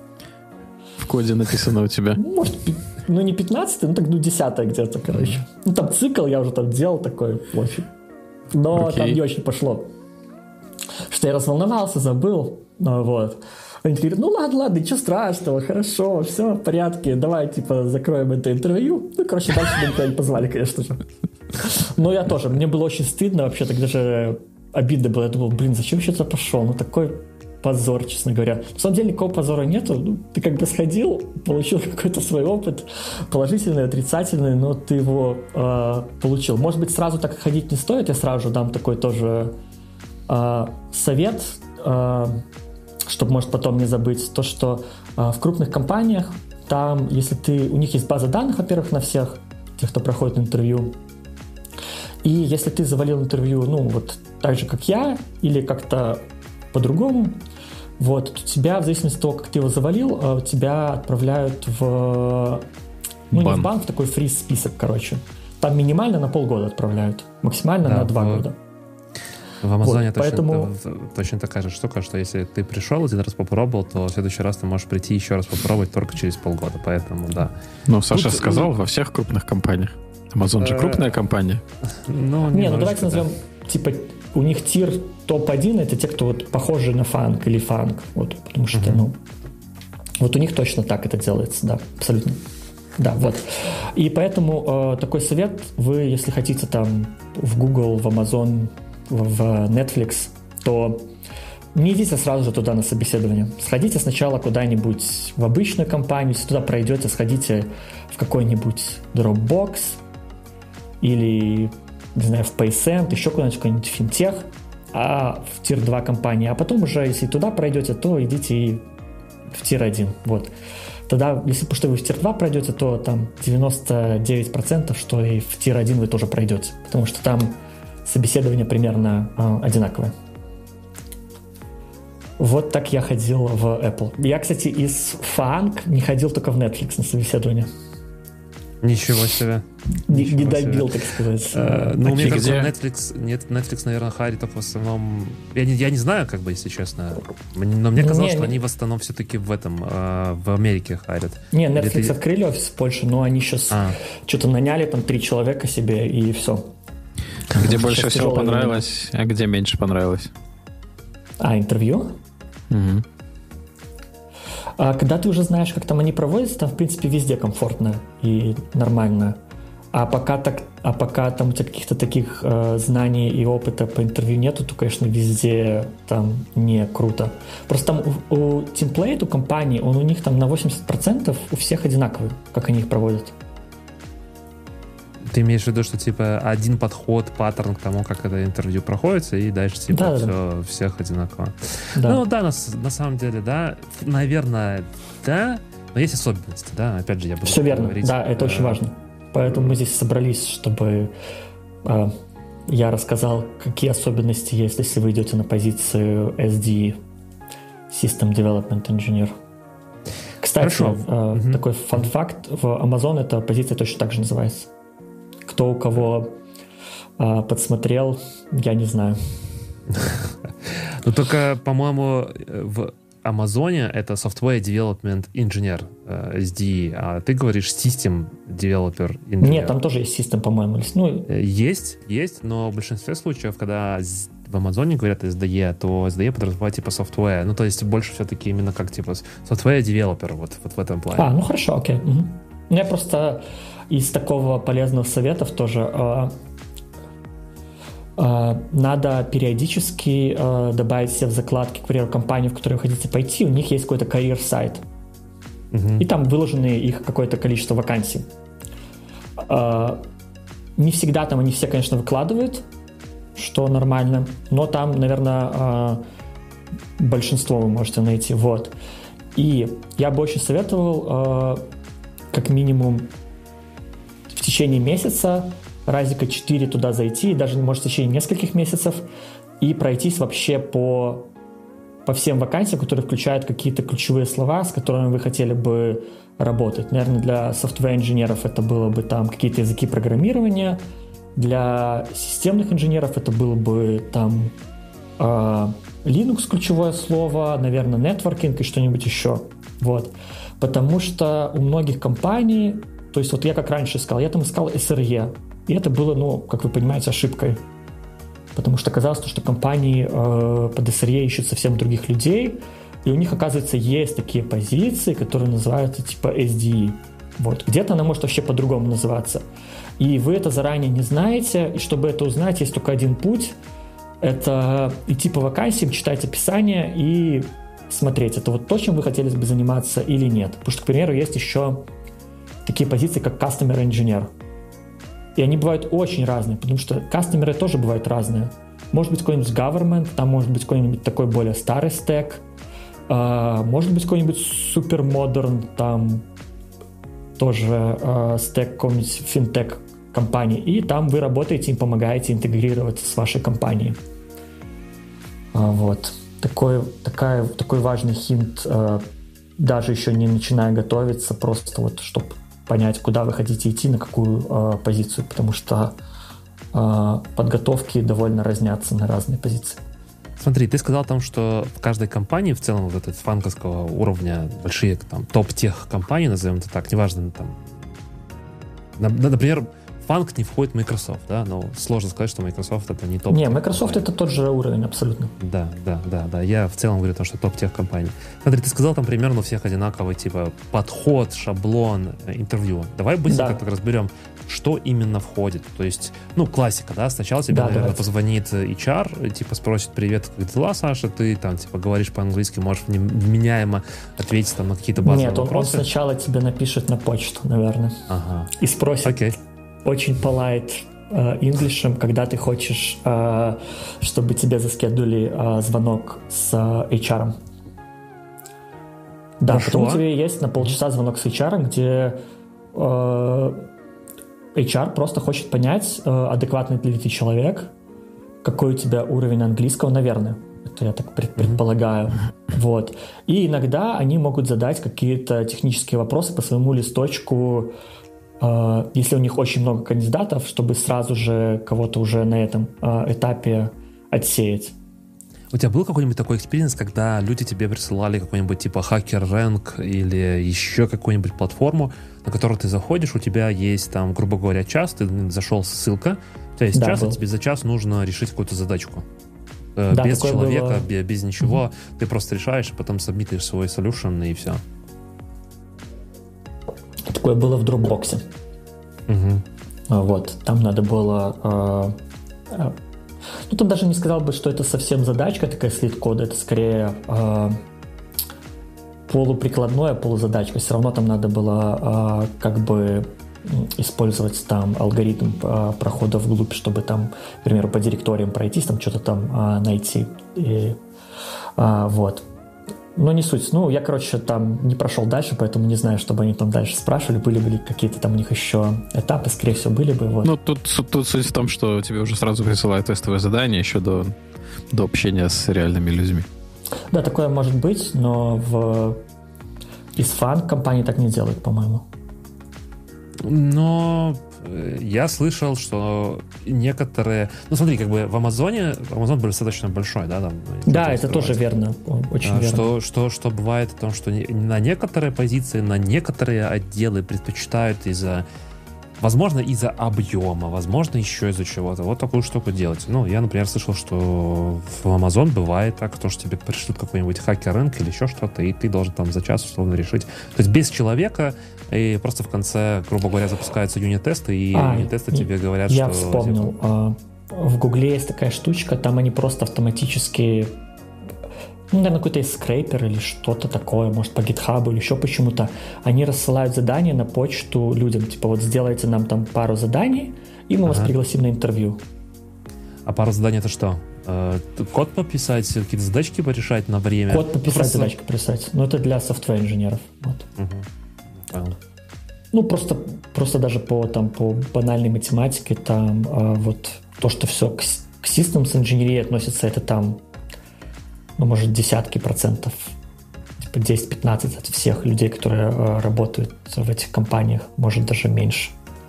в коде написано у тебя? Может, ну не пятнадцатая, ну так ну десятая где-то, короче. Ну там цикл я уже там делал такой, пофиг. Но okay. там не очень пошло. Что я разволновался, забыл, ну, вот. Они говорят, ну ладно, ладно, ничего страшного, хорошо, все в порядке, давай, типа, закроем это интервью. Ну, короче, дальше меня никуда не позвали, конечно же. Но я тоже, мне было очень стыдно, вообще, так даже обидно было. Я думал, блин, зачем я что-то пошел? Ну, такой позор, честно говоря. На самом деле, никакого позора нету. Ну, ты как бы сходил, получил какой-то свой опыт, положительный, отрицательный, но ты его э, получил. Может быть, сразу так ходить не стоит, я сразу же дам такой тоже э, совет, э, чтобы, может, потом не забыть, то, что э, в крупных компаниях, там, если ты, у них есть база данных, во-первых, на всех, тех, кто проходит интервью, и если ты завалил интервью, ну, вот так же, как я, или как-то по-другому, вот, то тебя, в зависимости от того, как ты его завалил, э, тебя отправляют в, ну, бан. Не в бан, в такой фриз-список, короче. Там минимально на полгода отправляют, максимально да, на два в... года. В Амазоне вот, точно, поэтому... точно такая же штука, что если ты пришел, один раз попробовал, то в следующий раз ты можешь прийти еще раз попробовать только через полгода, поэтому да. Ну, Саша Тут... сказал, во всех крупных компаниях. Амазон же крупная компания. Ну, не, ну давайте назовем, типа, у них тир топ один, это те, кто вот похожи на фанк или фанк, вот, потому что, ну, вот у них точно так это делается, да, абсолютно. Да, вот. И поэтому э, такой совет, вы, если хотите там в Google, в Amazon, в Netflix, то не идите сразу же туда на собеседование. Сходите сначала куда-нибудь в обычную компанию, если туда пройдете, сходите в какой-нибудь Dropbox или, не знаю, в PaySend, еще куда-нибудь, какой-нибудь финтех, а в тир два компании. А потом уже, если туда пройдете, то идите и в тир один. Вот. Тогда, если что вы в тир два пройдете, то там девяносто девять процентов, что и в тир один вы тоже пройдете. Потому что там собеседование примерно э, одинаковое. Вот так я ходил в Apple. Я, кстати, из фанк не ходил только в Netflix на собеседование. Ничего себе. Не, не добил, так сказать. Uh, ну, мне кажется, Netflix, нет, Netflix, наверное, харит только в основном... Я не, я не знаю, как бы, если честно. Но мне казалось, не, что не... они в основном все-таки в этом, uh, в Америке харят. Не, Netflix ты... открыли офис в Польше, но они сейчас а. что-то наняли, там, три человека себе, и все. Где больше всего понравилось, а где меньше понравилось? А, интервью? Угу. А когда ты уже знаешь, как там они проводятся, там, в принципе, везде комфортно и нормально. А пока, так, а пока там у тебя каких-то таких э, знаний и опыта по интервью нету, то, конечно, везде там не круто. Просто там у, у темплейт, у компании, он у них там на восемьдесят процентов у всех одинаковый, как они их проводят. Ты имеешь в виду, что типа один подход, паттерн к тому, как это интервью проходится, и дальше типа да, все, да. всех одинаково. Да. Ну да, на, на самом деле, да, наверное, да, но есть особенности, да, опять же, я буду все верно, говорить. Да, это э- очень важно. Поэтому мы здесь собрались, чтобы э, я рассказал, какие особенности есть, если вы идете на позицию эс ди, System Development Engineer. Кстати, э, угу. такой фан-факт, в Amazon эта позиция точно так же называется. Кто у кого а, подсмотрел, я не знаю. Ну, только, по-моему, в Амазоне это Software Development Engineer, эс ди, а ты говоришь System Developer Engineer. Нет, там тоже есть System, по-моему. Ну... Есть, есть, но в большинстве случаев, когда в Амазоне говорят эс ди и, то эс ди и подразумевает типа software. Ну, то есть больше все-таки именно как типа Software Developer, вот, вот в этом плане. А, ну хорошо, окей. Угу. Я просто... Из такого полезных советов тоже э, э, надо периодически э, добавить себе в закладки, к примеру, компанию, в которую вы хотите пойти, у них есть какой-то career-сайт. Uh-huh. И там выложены их какое-то количество вакансий. Э, не всегда там они все, конечно, выкладывают, что нормально, но там, наверное, э, большинство вы можете найти. Вот. И я бы очень советовал э, как минимум в течение месяца разика четыре туда зайти, и даже, может, в течение нескольких месяцев, и пройтись вообще по, по всем вакансиям, которые включают какие-то ключевые слова, с которыми вы хотели бы работать. Наверное, для software-инженеров это было бы там какие-то языки программирования, Для системных инженеров это было бы там э, Linux ключевое слово, наверное, networking и что-нибудь еще. Вот. Потому что у многих компаний, то есть вот я как раньше искал, я там искал эс эр и, и это было, ну, как вы понимаете, ошибкой. Потому что оказалось, что компании э, под эс эр и ищут совсем других людей, и у них, оказывается, есть такие позиции, которые называются типа эс ди и. Вот. Где-то она может вообще по-другому называться. И вы это заранее не знаете, и чтобы это узнать, есть только один путь. Это идти по вакансиям, читать описание и смотреть, это вот то, чем вы хотели бы заниматься или нет. Потому что, к примеру, есть еще такие позиции, как Customer Engineer. И они бывают очень разные, потому что кастомеры тоже бывают разные. Может быть, какой-нибудь government, там может быть какой-нибудь такой более старый стек, может быть, какой-нибудь супермодерн, там тоже э, стек какой-нибудь финтех компании, и там вы работаете и помогаете интегрироваться с вашей компанией. А, вот. Такой, такая, такой важный хинт, э, даже еще не начиная готовиться, просто вот, чтобы понять, куда вы хотите идти, на какую э, позицию, потому что э, подготовки довольно разнятся на разные позиции. Смотри, ты сказал там, что в каждой компании в целом вот этот фанковского уровня, большие там топ-тех компаний, назовем это так, неважно, там, например, в фанк не входит Microsoft, да, но сложно сказать, что Microsoft это не топ. Не, Microsoft это тот же уровень, абсолютно. Да, да, да, да, я в целом говорю о том, что топ-тех компаний. Смотри, ты сказал там примерно у всех одинаковый, типа, подход, шаблон, интервью. Давай быстренько да. так разберем, что именно входит. То есть, ну, классика, да, сначала тебе, да, наверное, давайте. позвонит эйч ар, типа спросит: привет, как дела, Саша, ты там, типа, говоришь по-английски, можешь вменяемо ответить там на какие-то базовые Нет, он, вопросы. Нет, он сначала тебе напишет на почту, наверное, ага. и спросит okay. очень polite инглишем, uh, когда ты хочешь, uh, чтобы тебе заскедули uh, звонок с uh, эйч ар. Да, Хорошо. Потом у тебя есть на полчаса звонок с эйч ар, где uh, эйч ар просто хочет понять, адекватный ли ты человек, какой у тебя уровень английского, наверное. Это я так предполагаю. Mm-hmm. Вот. И иногда они могут задать какие-то технические вопросы по своему листочку, э, если у них очень много кандидатов, чтобы сразу же кого-то уже на этом э, этапе отсеять. У тебя был какой-нибудь такой экспириенс, когда люди тебе присылали какой-нибудь типа HackerRank или еще какую-нибудь платформу, на которую ты заходишь, у тебя есть там, грубо говоря, час, ты зашел, ссылка, у тебя есть да, час, был. и тебе за час нужно решить какую-то задачку. Да, без человека, было... без, без ничего, угу. ты просто решаешь, и потом сабмитишь свой solution, и все. Такое было в Dropbox. Угу. Вот, там надо было... Э, ну, там даже не сказал бы, что это совсем задачка такая слит-кода, это скорее э, полуприкладная полузадачка. Все равно там надо было э, как бы использовать там алгоритм э, прохода вглубь, чтобы там, к примеру, по директориям пройтись, там что-то там э, найти. И, э, вот. Но не суть. Ну, я, короче, там не прошел дальше, поэтому не знаю, чтобы они там дальше спрашивали, были бы ли какие-то там у них еще этапы, скорее всего, были бы. Вот. Ну, тут, тут суть в том, что тебе уже сразу присылают тестовое задание еще до, до общения с реальными людьми. Да, такое может быть, но в из фан компании так не делают, по-моему. Но я слышал, что некоторые... Ну, смотри, как бы в Амазоне... Амазон достаточно большой, да? Там, да, это тоже верно. Очень а, верно. Что, что, что бывает в том, что на некоторые позиции, на некоторые отделы предпочитают из-за... Возможно, из-за объема, возможно, еще из-за чего-то. Вот такую штуку делать. Ну, я, например, слышал, что в Amazon бывает так, то, что тебе пришлют какой-нибудь хакер-рэнк или еще что-то, и ты должен там за час условно решить. То есть без человека, и просто в конце, грубо говоря, запускаются юнит-тесты, и а, юнит-тесты тебе говорят, я что... Я вспомнил. Типа... В Гугле есть такая штучка, там они просто автоматически... Ну, наверное, какой-то есть скрейпер или что-то такое, может, по GitHub или еще почему-то. Они рассылают задания на почту людям. Типа, вот сделайте нам там пару заданий, и мы ага. вас пригласим на интервью. А пару заданий это что? Э, код пописать, какие-то задачки порешать на время? Код пописать, просто... задачки пописать. Ну, это для софтвер-инженеров. Вот. Угу. Ну, просто, просто даже по, там, по банальной математике, там, э, вот то, что все к, к systems инженерии относится, это там ну, может, десятки процентов, типа десять-пятнадцать от всех людей, которые э, работают в этих компаниях, может, даже меньше.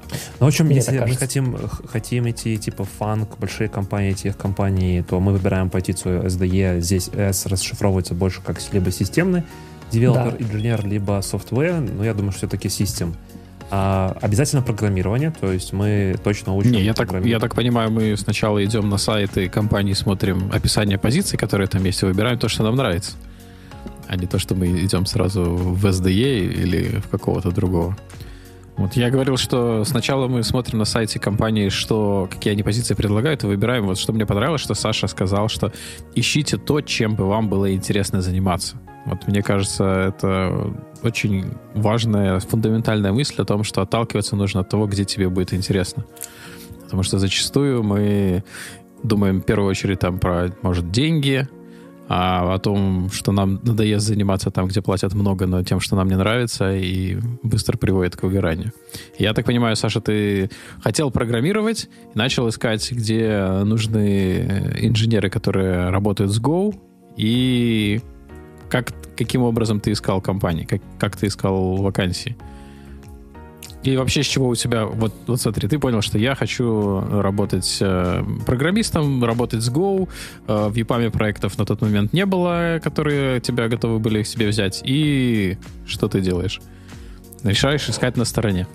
Ну, в общем, если мы хотим, хотим идти типа в фанк, большие компании, техкомпании, то мы выбираем позицию эс ди и. Здесь S расшифровывается больше как либо системный девелопер, да. инженер, либо software. Но я думаю, что все-таки систем. А обязательно программирование, то есть мы точно учим. Не, я так, я так понимаю, мы сначала идем на сайты компании, смотрим описание позиций, которые там есть, и выбираем то, что нам нравится. А не то, что мы идем сразу в эс ди и или в какого-то другого. Вот я говорил, что сначала мы смотрим на сайте компании, что, какие они позиции предлагают, и выбираем. Вот что мне понравилось, что Саша сказал, что ищите то, чем бы вам было интересно заниматься. Вот мне кажется, это очень важная, фундаментальная мысль о том, что отталкиваться нужно от того, где тебе будет интересно. Потому что зачастую мы думаем в первую очередь там про, может, деньги, а о том, что нам надоест заниматься там, где платят много, но тем, что нам не нравится, и быстро приводит к выгоранию. Я так понимаю, Саша, ты хотел программировать и начал искать, где нужны инженеры, которые работают с Go, и как, каким образом ты искал компании, как, как ты искал вакансии? И вообще, с чего у тебя... Вот, вот смотри, ты понял, что я хочу работать э, программистом, работать с Go. Э, в ЕПАМе проектов на тот момент не было, которые тебя готовы были к себе взять. И что ты делаешь? Решаешь искать на стороне.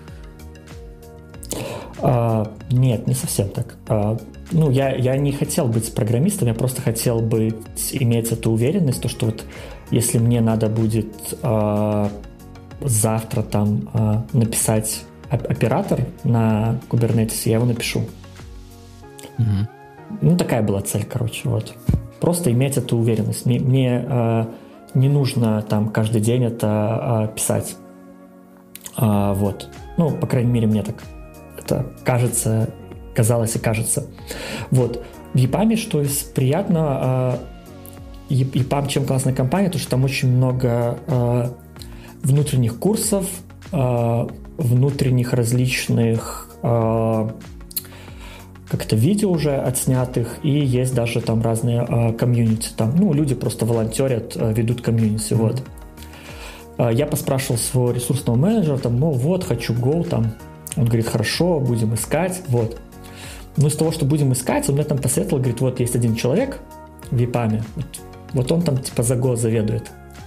А, нет, не совсем так. А, ну, я, я не хотел быть программистом, я просто хотел быть, иметь эту уверенность, то, что вот если мне надо будет... А, завтра там э, написать оператор на Kubernetes, я его напишу. Mm-hmm. Ну, такая была цель, короче, вот. Просто иметь эту уверенность. Мне, мне э, не нужно там каждый день это э, писать. Э, вот. Ну, по крайней мере, мне так это кажется, казалось и кажется. Вот. В ЕПАМе, что из приятного, э, ЕПАМ, чем классная компания, то, что там очень много... Э, внутренних курсов, э, внутренних различных э, как-то видео уже отснятых, и есть даже там разные э, комьюнити. Там, ну, люди просто волонтерят, э, ведут комьюнити. Mm-hmm. Вот. Э, я поспрашивал своего ресурсного менеджера, там, мол, вот, хочу Go, там. Он говорит, хорошо, будем искать, вот. Ну, из того, что будем искать, он мне там посоветовал, говорит, вот, есть один человек в ЕПАМе, вот, вот он там, типа, за Go заведует.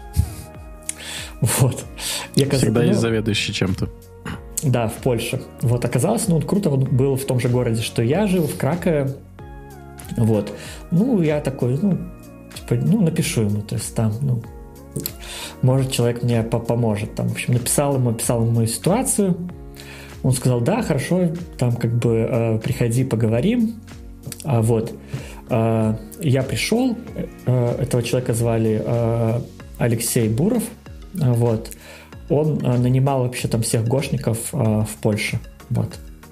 Вот. Я, Всегда ну, есть заведующий чем-то. Да, в Польше. Вот, оказалось, ну, он круто был в том же городе, что я жил, в Кракове. Вот. Ну, я такой, ну, типа, ну, напишу ему, то есть там, ну, может, человек мне поможет. Там, в общем, написал ему, описал ему мою ситуацию. Он сказал, да, хорошо, там, как бы, э, приходи, поговорим. А, вот. Э, я пришел, э, этого человека звали э, Алексей Буров. Вот. Он а, нанимал вообще там всех гошников а, в Польше. Вот.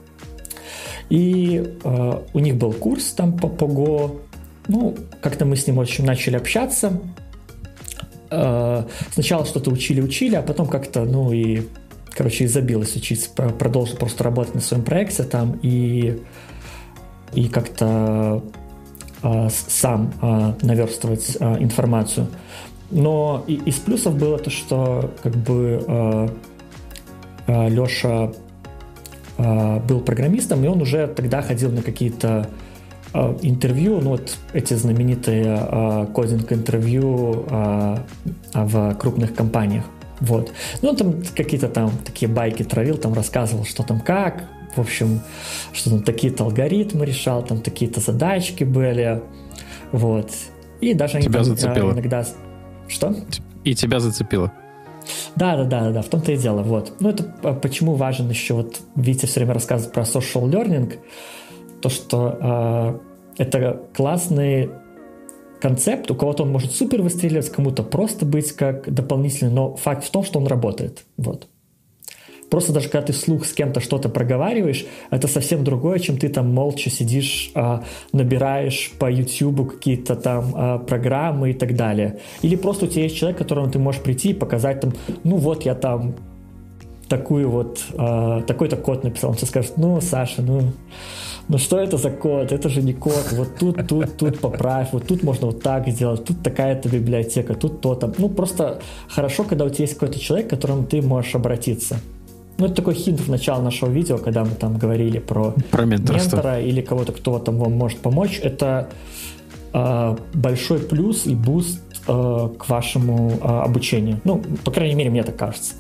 И а, у них был курс там по, по Go. Ну, как-то мы с ним очень начали общаться. А, сначала что-то учили-учили, а потом как-то, ну и, короче, забилось учиться. Продолжил просто работать на своем проекте там и, и как-то а, сам а, наверстывать а, информацию. Но и, из плюсов было то, что как бы э, э, Леша э, был программистом, и он уже тогда ходил на какие-то э, интервью, ну вот эти знаменитые э, кодинг-интервью э, в крупных компаниях. Вот. Ну он там какие-то там такие байки травил, там рассказывал, что там как, в общем, что там такие-то алгоритмы решал, там такие-то задачки были. Вот. И даже Тебя они зацепило. Там, иногда... Что? И тебя зацепило. Да, да, да, да, в том-то и дело. Вот. Ну, это почему важен еще, вот Витя все время рассказывает про social learning, то, что э, это классный концепт, у кого-то он может супер выстреливать, кому-то просто быть как дополнительный, но факт в том, что он работает. Вот. Просто даже когда ты вслух с кем-то что-то проговариваешь, это совсем другое, чем ты там молча сидишь, а, набираешь по YouTube какие-то там а, программы и так далее. Или просто у тебя есть человек, к которому ты можешь прийти и показать там, ну вот я там такую вот, а, такой-то код написал. Он тебе скажет, ну, Саша, ну, ну что это за код? Это же не код. Вот тут, тут, тут поправь, вот тут можно вот так сделать, тут такая-то библиотека, тут то-то. Ну, просто хорошо, когда у тебя есть какой-то человек, к которому ты можешь обратиться. Ну, это такой хинт в начало нашего видео, когда мы там говорили про, про ментора или кого-то, кто там вам может помочь. Это э, большой плюс и буст э, к вашему э, обучению. Ну, по крайней мере, мне так кажется.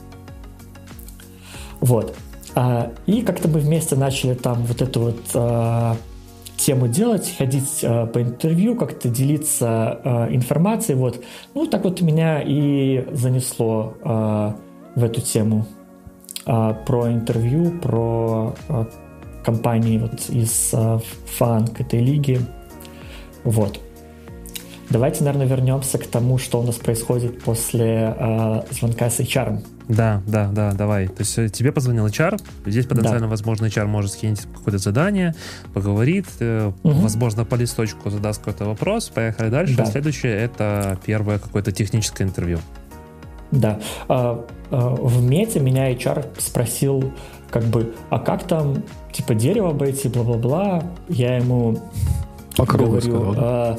Вот. А, и как-то мы вместе начали там вот эту вот а, тему делать, ходить а, по интервью, как-то делиться а, информацией. Вот. Ну, так вот меня и занесло а, в эту тему а, про интервью, про а, компании вот из а, фанк этой лиги. Вот. Давайте, наверное, вернемся к тому, что у нас происходит после а, звонка с эйч ар. Да, да, да, давай. То есть тебе позвонил эйч ар, здесь потенциально, да. возможно, эйч ар может скинуть какое-то задание, поговорит, угу. возможно, по листочку задаст какой-то вопрос, поехали дальше. Да. Следующее — это первое какое-то техническое интервью. Да. А, а, в мете меня эйч ар спросил, как бы, а как там, типа, дерево обойти, бла-бла-бла. Я ему по кругу говорю... сказал, да?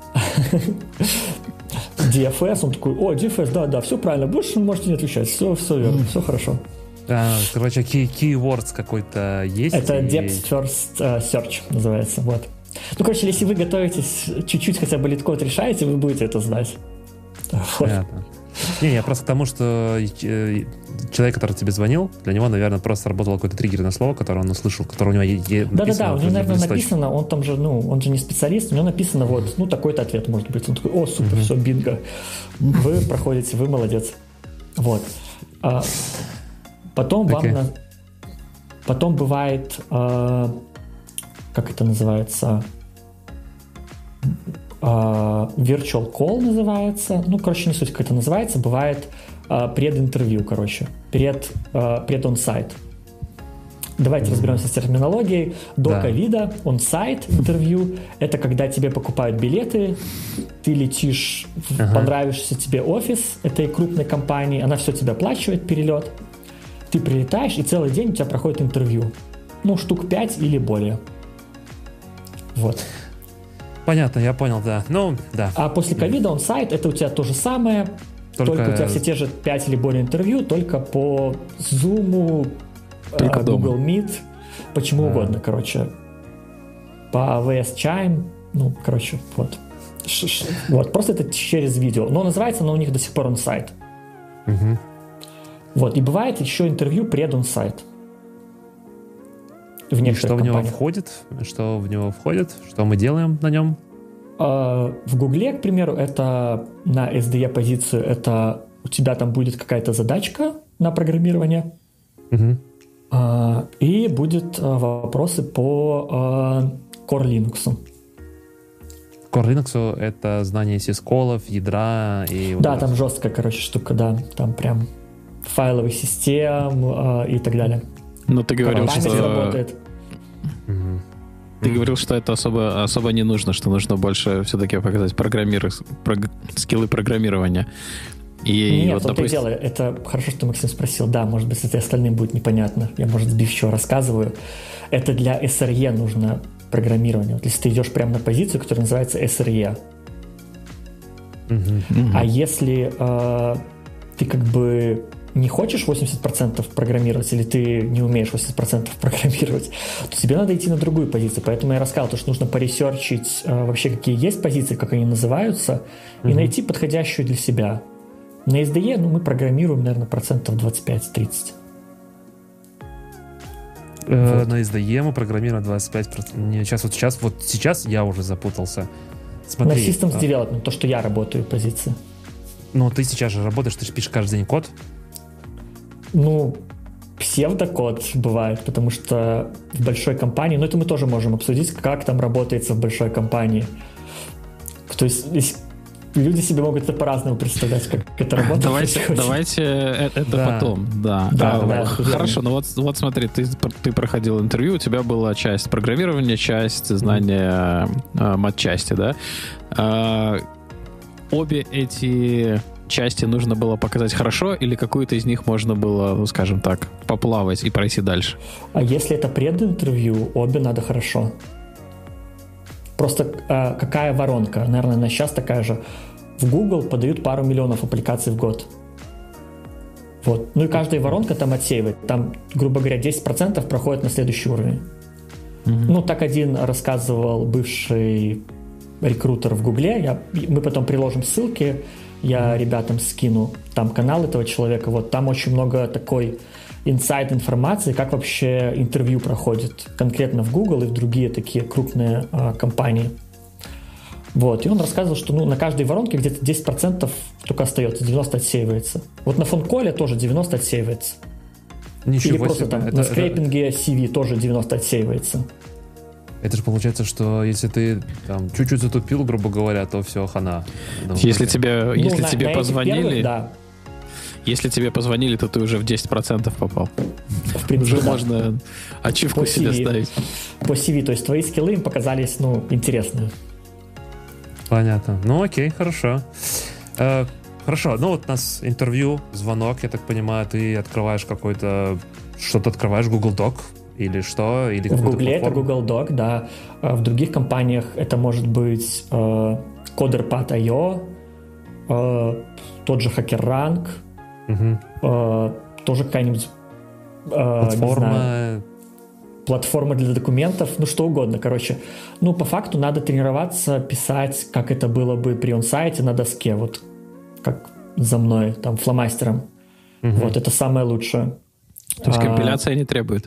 ди эф эс, он такой, о, ди эф эс, да, да, все правильно, больше можете не отвечать, все, все верно, все хорошо. А, короче, key, keywords какой-то есть? Это и... Depth First uh, Search называется, вот. Ну, короче, если вы готовитесь, чуть-чуть хотя бы лид-код решаете, вы будете это знать. Вот. Понятно. Не, не, просто к тому, что человек, который тебе звонил, для него, наверное, просто работало какое-то триггерное слово, которое он услышал, которое у него написано. Да-да-да, у него, наверное, написано, он там же, ну, он же не специалист, у него написано вот, ну, такой-то ответ может быть. Он такой, о, супер, mm-hmm. все, бинго. Вы проходите, вы молодец. Вот. А, потом okay. вам... На... Потом бывает, а, как это называется... Uh, virtual call называется. Ну, короче, не суть, как это называется. Бывает uh, прединтервью, короче. Пред, uh, пред-он-сайт. Давайте mm-hmm. разберемся с терминологией. До ковида да. он-сайт интервью — это когда тебе покупают билеты, ты летишь в uh-huh. понравившийся тебе офис этой крупной компании, она все тебе оплачивает, перелет. Ты прилетаешь, и целый день у тебя проходит интервью. Ну, штук пять или более. Вот. Понятно, я понял, да. Ну, да. А после ковида он-сайт — это у тебя то же самое, только... только у тебя все те же пять или более интервью, только по Zoom, только Google Meet, почему а. угодно, короче. По ви эс Chime, ну, короче, вот. Ш-ш- вот, просто это через видео. Но называется оно у них до сих пор он-сайт. Угу. Вот, и бывает еще интервью пред-он-сайт. В и что в него входит? Что в него входит? Что мы делаем на нем? Uh, в Гугле, к примеру, это на эс ди и позицию, это у тебя там будет какая-то задачка на программирование, uh-huh. uh, и будет uh, вопросы по uh, Core Linux. Core Linux — это знание сисколов, ядра и... Да, вот там жесткая, короче, штука, да, там прям файловых систем uh, и так далее. Но ты говорил, память что... работает. Угу. Ты mm-hmm. говорил, что это особо, особо не нужно, что нужно больше все-таки показать программиры, прог... скиллы программирования. И Нет, вот, вот допустим... это дело. Это хорошо, что Максим спросил. Да, может быть, это остальным будет непонятно. Я, может, сбивчиво рассказываю. Это для эс эр и нужно программирование. Вот если ты идешь прямо на позицию, которая называется эс эр и. Mm-hmm. Mm-hmm. А если э, ты как бы... не хочешь восемьдесят процентов программировать, или ты не умеешь восемьдесят процентов программировать, то тебе надо идти на другую позицию. Поэтому я рассказал, то, что нужно поресерчить э, вообще, какие есть позиции, как они называются, mm-hmm. и найти подходящую для себя. На эс ди и ну, мы программируем, наверное, процентов двадцать пять тридцать. Э, вот. На эс ди и мы программируем двадцать пять процентов. Не, сейчас, вот, сейчас, вот сейчас я уже запутался. Смотри, на Systems а... Development, то, что я работаю, позиция. Ну, ты сейчас же работаешь, ты же пишешь каждый день код. Ну, псевдокод бывает, потому что в большой компании, ну это мы тоже можем обсудить, как там работается в большой компании. То есть люди себе могут это по-разному представлять, как это работает. Давайте, давайте это да. потом. Да. Да, а, да, хорошо, ну вот, вот смотри, ты, ты проходил интервью, у тебя была часть программирования, часть знания mm-hmm. матчасти, да? А, обе эти... части нужно было показать хорошо, или какую-то из них можно было, ну, скажем так, поплавать и пройти дальше? А если это прединтервью, обе надо хорошо. Просто а, какая воронка? Наверное, на сейчас такая же. В Google подают пару миллионов аппликаций в год. Вот. Ну и каждая воронка там отсеивает. Там, грубо говоря, десять процентов проходит на следующий уровень. Mm-hmm. Ну, так один рассказывал бывший рекрутер в Гугле. Я, мы потом приложим ссылки, я mm-hmm. ребятам скину. Там канал этого человека. Вот там очень много такой инсайд информации, как вообще интервью проходит конкретно в Google и в другие такие крупные а, компании. Вот. И он рассказывал, что ну, на каждой воронке где-то десять процентов только остается, девяносто процентов отсеивается. Вот на фонколе тоже девяносто процентов отсеивается. Ничего Или просто себе. там это, на скрейпинге си ви тоже девяносто процентов отсеивается. Это же получается, что если ты там чуть-чуть затупил, грубо говоря, то все, хана. Ну, если тебе, ну, если на, тебе на позвонили... Первых, да. Если тебе позвонили, то ты уже в десять процентов попал. В принципе, уже да. можно ачивку себе ставить. По си ви, то есть твои скиллы им показались, ну, интересные. Понятно. Ну окей, хорошо. Э, хорошо, ну вот у нас интервью, звонок, я так понимаю, ты открываешь какой-то... Что-то открываешь, Google Doc или что? Или в Google это Google Doc, да. В других компаниях это может быть э, CoderPad точка ай о, э, тот же HackerRank, угу. э, тоже какая-нибудь э, платформа... платформа для документов, ну что угодно, короче. Ну, по факту надо тренироваться, писать, как это было бы при онсайте на доске, вот как за мной, там, фломастером. Угу. Вот, это самое лучшее. То есть а, компиляция не требует?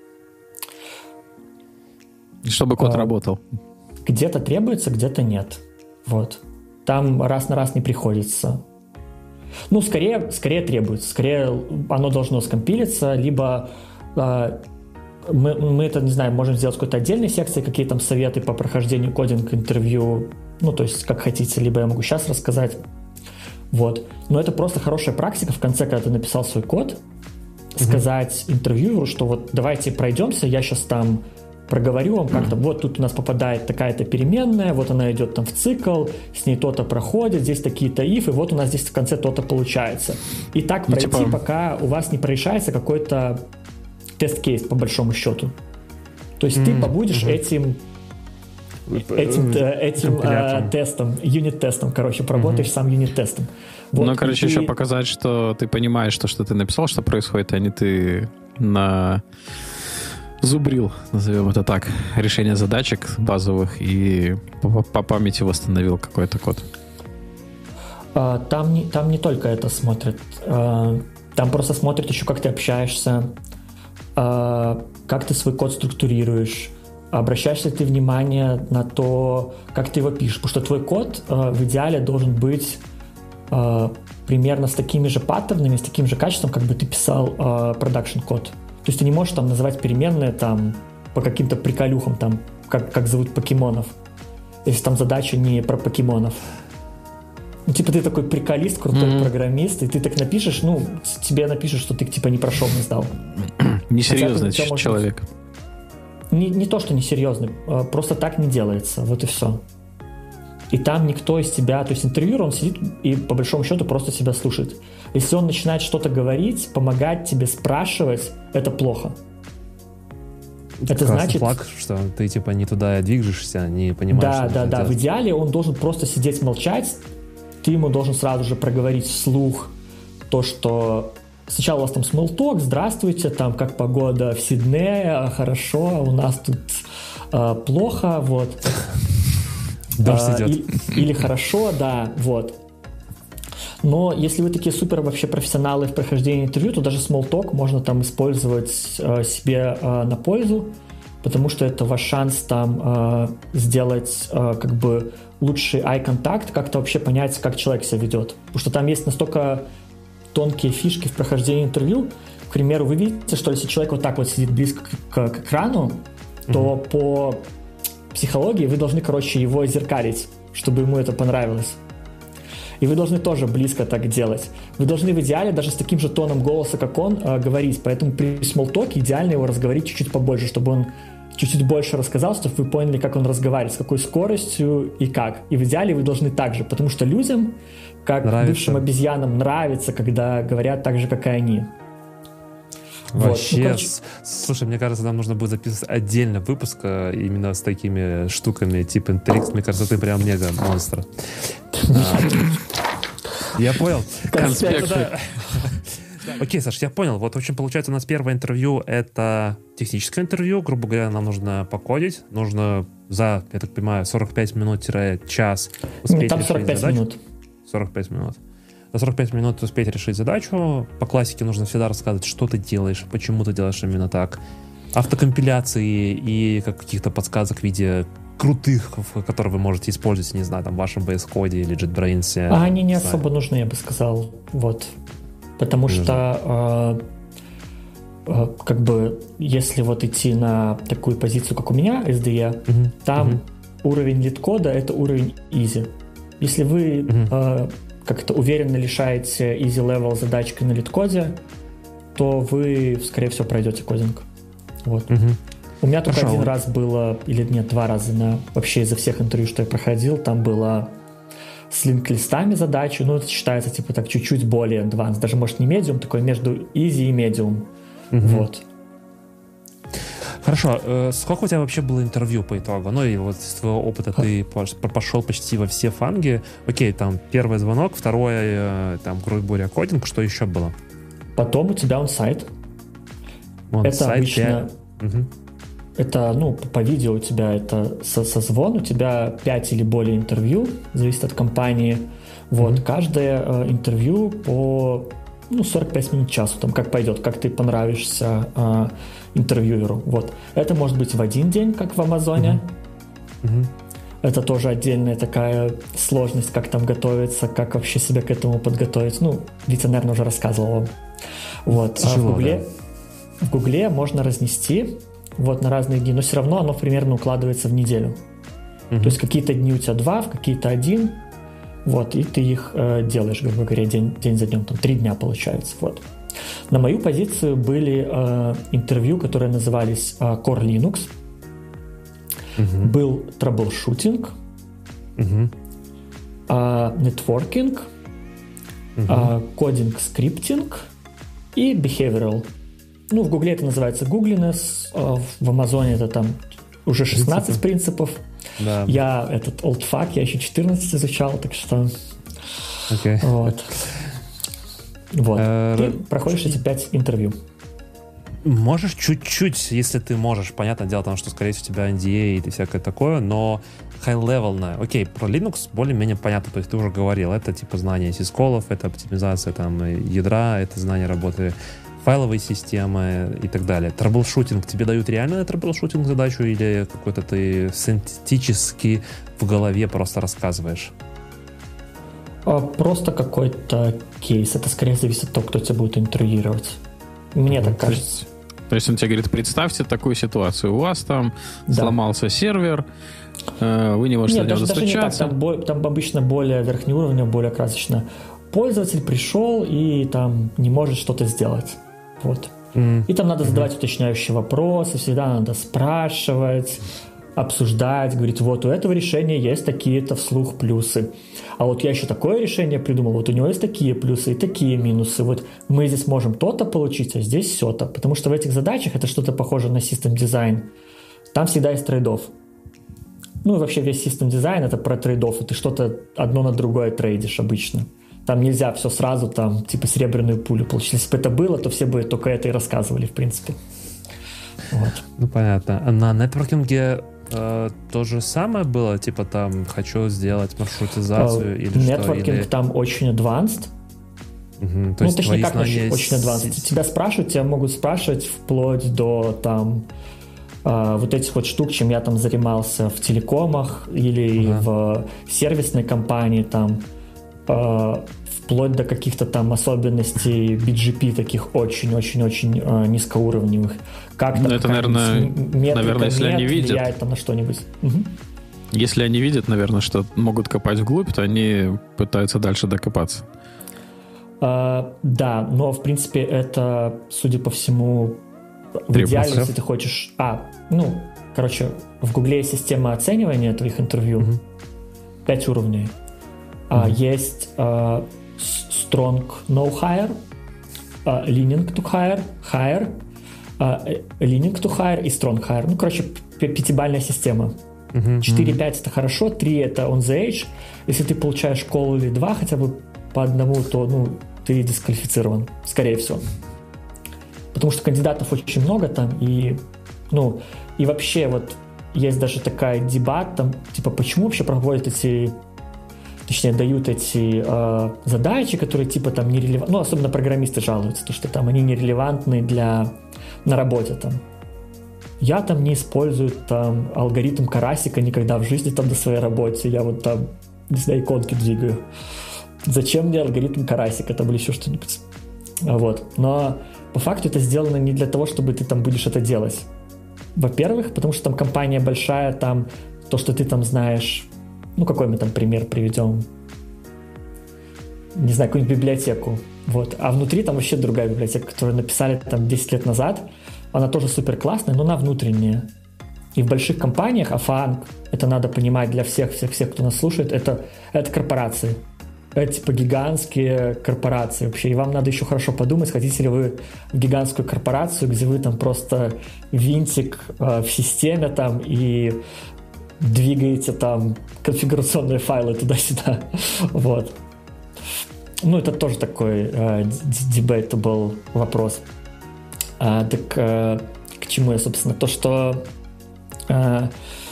Чтобы код а, работал? Где-то требуется, где-то нет. Вот. Там раз на раз не приходится. Ну, скорее, скорее требуется. Скорее оно должно скомпилиться, либо... А, Мы, мы это, не знаю, можем сделать в какой-то отдельной секции, какие там советы по прохождению кодинг-интервью, ну, то есть, как хотите, либо я могу сейчас рассказать. Вот. Но это просто хорошая практика в конце, когда ты написал свой код, mm-hmm. сказать интервьюеру, что вот давайте пройдемся, я сейчас там проговорю вам как-то, mm-hmm. вот тут у нас попадает такая-то переменная, вот она идет там в цикл, с ней то-то проходит, здесь такие-то if, и вот у нас здесь в конце то-то получается. И так пройти, ну, типа... пока у вас не прорешается какой-то тест-кейс, по большому счету. То есть mm-hmm. ты побудешь mm-hmm. этим этим, этим э, тестом, юнит-тестом, короче, поработаешь mm-hmm. сам юнит-тестом. Вот. Ну, короче, ты... еще показать, что ты понимаешь, что, что ты написал, что происходит, а не ты на... зубрил, назовем это так, решение задачек базовых и по, по памяти восстановил какой-то код. А, там, не, там не только это смотрят. А, там просто смотрят еще, как ты общаешься, как ты свой код структурируешь, обращаешь ли ты внимание на то, как ты его пишешь, потому что твой код в идеале должен быть примерно с такими же паттернами, с таким же качеством, как бы ты писал продакшн код. То есть ты не можешь там называть переменные там по каким-то приколюхам, там, как, как зовут покемонов, если там задача не про покемонов. Ну, типа, ты такой приколист, крутой mm-hmm. программист, и ты так напишешь, ну, тебе напишешь, что ты, типа, не прошел, не сдал. Несерьезный человек. Не, не то, что несерьезный, просто так не делается, вот и все. И там никто из тебя, то есть интервьюер, он сидит и, по большому счету, просто себя слушает. Если он начинает что-то говорить, помогать тебе, спрашивать, это плохо. Это, это значит... флаг, что ты, типа, не туда двигаешься, не понимаешь, да, что да, да. делать. В идеале он должен просто сидеть, молчать. Ты ему должен сразу же проговорить вслух то, что сначала у вас там small talk, здравствуйте, там как погода в Сиднее, хорошо, у нас тут э, плохо, вот. Дождь а, идет. Или, или хорошо, да, вот. Но если вы такие супер вообще профессионалы в прохождении интервью, то даже small talk можно там использовать э, себе э, на пользу, потому что это ваш шанс там э, сделать э, как бы лучший eye contact, как-то вообще понять, как человек себя ведет. Потому что там есть настолько тонкие фишки в прохождении интервью. К примеру, вы видите, что если человек вот так вот сидит близко к, к, к экрану, mm-hmm. то по психологии вы должны, короче, его зеркалить, чтобы ему это понравилось. И вы должны тоже близко так делать. Вы должны в идеале даже с таким же тоном голоса, как он, э, говорить. Поэтому при смолтоке идеально его разговорить чуть-чуть побольше, чтобы он чуть-чуть больше рассказал, чтобы вы поняли, как он разговаривает, с какой скоростью и как. И в идеале вы должны так же, потому что людям, как нравится. Бывшим обезьянам, нравится, когда говорят так же, как и они. Вообще, вот. Ну, короче... слушай, мне кажется, нам нужно будет записывать отдельно выпуск именно с такими штуками типа Интерикс. Мне кажется, ты прям мега монстр. Я понял. Конспекты. Окей, Саш, я понял. Вот, в общем, получается, у нас первое интервью — это техническое интервью. Грубо говоря, нам нужно покодить. Нужно за, я так понимаю, сорок пять минут-час успеть Там решить сорок пять задачу. минут. сорок пять минут. За сорок пять минут успеть решить задачу. По классике нужно всегда рассказывать, что ты делаешь, почему ты делаешь именно так. Автокомпиляции и каких-то подсказок в виде крутых, которые вы можете использовать, не знаю, там, в вашем ви эс Code или JetBrains. А они не, не знаю. особо нужны, я бы сказал. Вот. Потому не что э, э, как бы если вот идти на такую позицию, как у меня, эс ди и, uh-huh. там uh-huh. уровень лид-кода — это уровень easy. Если вы uh-huh. э, как-то уверенно решаете easy level задачкой на лид-коде, то вы, скорее всего, пройдете кодинг. Вот. Uh-huh. У меня только Хорошо. один раз было, или нет, два раза на вообще изо всех интервью, что я проходил, там было с линк-листами задачи, ну, это считается, типа, так, чуть-чуть более advanced, даже, может, не medium, такой между easy и medium. Угу. Вот. Хорошо. Э, сколько у тебя вообще было интервью по итогу? Ну, и вот с твоего опыта а. ты пошел почти во все фанги. Окей, там, первый звонок, второе, там, грубо говоря, кодинг, что еще было? Потом у тебя он-сайт. On-сайт, это обычно... Угу. Это, ну, по видео у тебя это созвон, у тебя пять или более интервью, зависит от компании. Вот, mm-hmm. каждое э, интервью по, ну, сорок пять минут часу, там, как пойдет, как ты понравишься э, интервьюеру. Вот. Это может быть в один день, как в Амазоне. Mm-hmm. Mm-hmm. Это тоже отдельная такая сложность, как там готовиться, как вообще себя к этому подготовить. Ну, Витя, наверное, уже рассказывал вам. Вот. Тяжело, а в Гугле, да. в Гугле можно разнести вот на разные дни, но все равно оно примерно укладывается в неделю. Uh-huh. То есть какие-то дни у тебя два, в какие-то один, вот, и ты их э, делаешь, грубо говоря, день, день за днем, там три дня получается, вот. На мою позицию были э, интервью, которые назывались э, Core Linux, uh-huh. был troubleshooting, uh-huh. э, networking, uh-huh. э, coding scripting и behavioral. Ну, в Гугле это называется Googliness, в Амазоне это там уже шестнадцать принципов. Да. Я этот old fuck, я еще четырнадцать изучал, так что... Okay. Вот. Вот. Uh, ты проходишь эти пять интервью. Можешь чуть-чуть, если ты можешь, понятное дело, потому что, скорее всего, у тебя эн ди эй и всякое такое, но high-level-ное. Окей, про Linux более-менее понятно, то есть ты уже говорил, это типа знание сисколов, это оптимизация там ядра, это знание работы файловой системы и так далее. Траблшутинг. Тебе дают реальную траблшутинг задачу или какой-то ты синтетически в голове просто рассказываешь? Просто какой-то кейс. Это скорее зависит от того, кто тебя будет интервьюировать. Мне ну, так кажется. Есть, то есть он тебе говорит, представьте такую ситуацию. У вас там да. сломался сервер, вы не можете Нет, до него даже, достучаться. Даже не так, там, там обычно более верхнего уровня, более красочно. Пользователь пришел и там не может что-то сделать. Вот. Mm. И там надо задавать mm-hmm. уточняющие вопросы, всегда надо спрашивать, обсуждать, говорить, вот у этого решения есть такие-то вслух плюсы. А вот я еще такое решение придумал, вот у него есть такие плюсы и такие минусы. Вот мы здесь можем то-то получить, а здесь все-то. Потому что в этих задачах это что-то похоже на систем дизайн. Там всегда есть трейд-офф. Ну и вообще весь систем дизайн это про трейд-офф. Ты что-то одно на другое трейдишь обычно. Там нельзя все сразу, там, типа, серебряную пулю получить. Если бы это было, то все бы только это и рассказывали, в принципе. Вот. Ну, понятно. А на нетворкинге э, то же самое было? Типа, там, хочу сделать маршрутизацию uh, или нетворкинг что? Или... там очень advanced. Uh-huh. То ну, есть точнее, как знания... очень advanced. Тебя спрашивают, тебя могут спрашивать вплоть до, там, э, вот этих вот штук, чем я там занимался в телекомах или uh-huh. в сервисной компании, там, Uh, вплоть до каких-то там особенностей би джи пи таких очень-очень-очень uh, низкоуровневых. Как там, это, наверное, наверное, если они видят, влияет там на что-нибудь. Угу. Если они видят, наверное, что могут копать вглубь, то они пытаются дальше докопаться. Uh, да, но в принципе это, судя по всему, в идеале, если ты хочешь... А, ну, короче, в Гугле есть система оценивания твоих интервью. Угу. Пять уровней. Uh, mm-hmm. Есть uh, strong no hire, uh, leaning to hire, hire, uh, leaning to hire и strong hire. Ну, короче, п- пятибалльная система. Mm-hmm. четыре-пять это хорошо, три это on the edge. Если ты получаешь call или два хотя бы по одному, то, ну, ты дисквалифицирован, скорее всего. Потому что кандидатов очень много там, и, ну, и вообще вот есть даже такая дебат, там, типа, почему вообще проводят эти, точнее, дают эти э, задачи, которые, типа, там, нерелевантны, ну, особенно программисты жалуются, то, что там они нерелевантны для, на работе, там. Я там не использую, там, алгоритм Карасика никогда в жизни, там, на своей работе, я вот там, не знаю, иконки двигаю. Зачем мне алгоритм Карасика, там, или еще что-нибудь. Вот, но по факту это сделано не для того, чтобы ты там будешь это делать. Во-первых, потому что там компания большая, там то, что ты там знаешь, ну какой мы там пример приведем, не знаю, какую-нибудь библиотеку, вот, а внутри там вообще другая библиотека, которую написали там десять лет назад, она тоже супер классная, но она внутренняя. И в больших компаниях, а Фанг, это надо понимать для всех, всех, всех, кто нас слушает, это, это корпорации. Это типа гигантские корпорации вообще. И вам надо еще хорошо подумать, хотите ли вы в гигантскую корпорацию, где вы там просто винтик э, в системе там и двигаете там конфигурационные файлы туда-сюда. Вот. Ну, это тоже такой э, debatable вопрос. А, так э, к чему я, собственно? То, что э,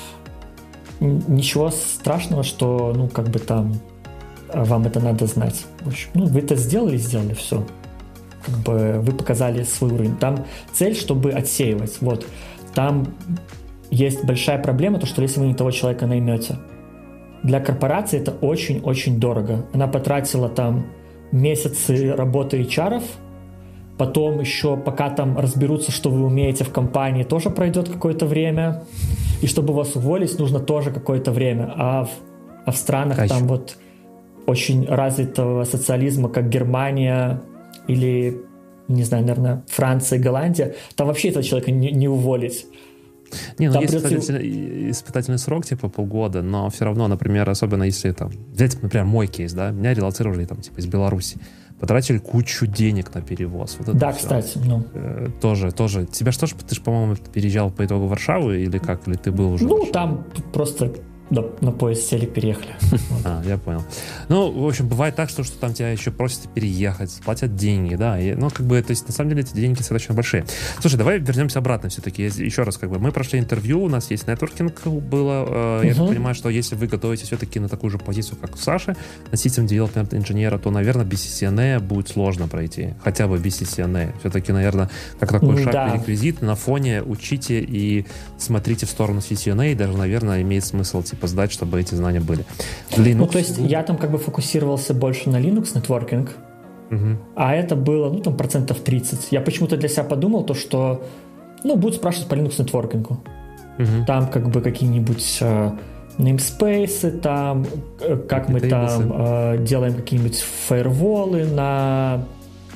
ничего страшного, что, ну, как бы там вам это надо знать. В общем, ну, вы это сделали, сделали, все. Как бы вы показали свой уровень. Там цель, чтобы отсеивать. Вот. Там есть большая проблема, то, что если вы не того человека наймете. Для корпорации это очень-очень дорого. Она потратила там месяцы работы эйч ар-ов, потом еще пока там разберутся, что вы умеете в компании, тоже пройдет какое-то время. И чтобы вас уволить, нужно тоже какое-то время. А в, а в странах а там еще... вот очень развитого социализма, как Германия или, не знаю, наверное, Франция и Голландия, там вообще этого человека не, не уволить. Не, ну там есть придется... испытательный, испытательный срок, типа полгода, но все равно, например, особенно если там, взять, например, мой кейс, да, меня релоцировали там, типа, из Беларуси, потратили кучу денег на перевоз. Вот это да, все. Кстати, ну. Э, тоже, тоже. Тебя что ж, ты же, по-моему, переезжал по итогу в Варшаву или как? Или ты был уже Ну, там просто... Да, на поезд сели, переехали. А, я понял. Ну, в общем, бывает так, что, что там тебя еще просят переехать, платят деньги, да, и, ну, как бы, то есть, на самом деле, эти деньги достаточно большие. Слушай, давай вернемся обратно все-таки. Еще раз, как бы, мы прошли интервью, у нас есть нетворкинг было, э, uh-huh. я так понимаю, что если вы готовитесь все-таки на такую же позицию, как у Саши, на System Development инженера, то, наверное, без си си эн эй будет сложно пройти, хотя бы без си си эн эй. Все-таки, наверное, как такой шаг да. реквизит, на фоне учите и смотрите в сторону си си эн эй, даже, наверное, имеет смысл, типа, сдать, чтобы эти знания были. Linux... Ну, то есть я там как бы фокусировался больше на Linux нетворкинг, uh-huh. а это было, ну, там, процентов тридцать. Я почему-то для себя подумал, то, что, ну, будут спрашивать по Linux нетворкингу. Uh-huh. Там как бы какие-нибудь э, namespace, там, э, как мы там э, делаем какие-нибудь фаерволы на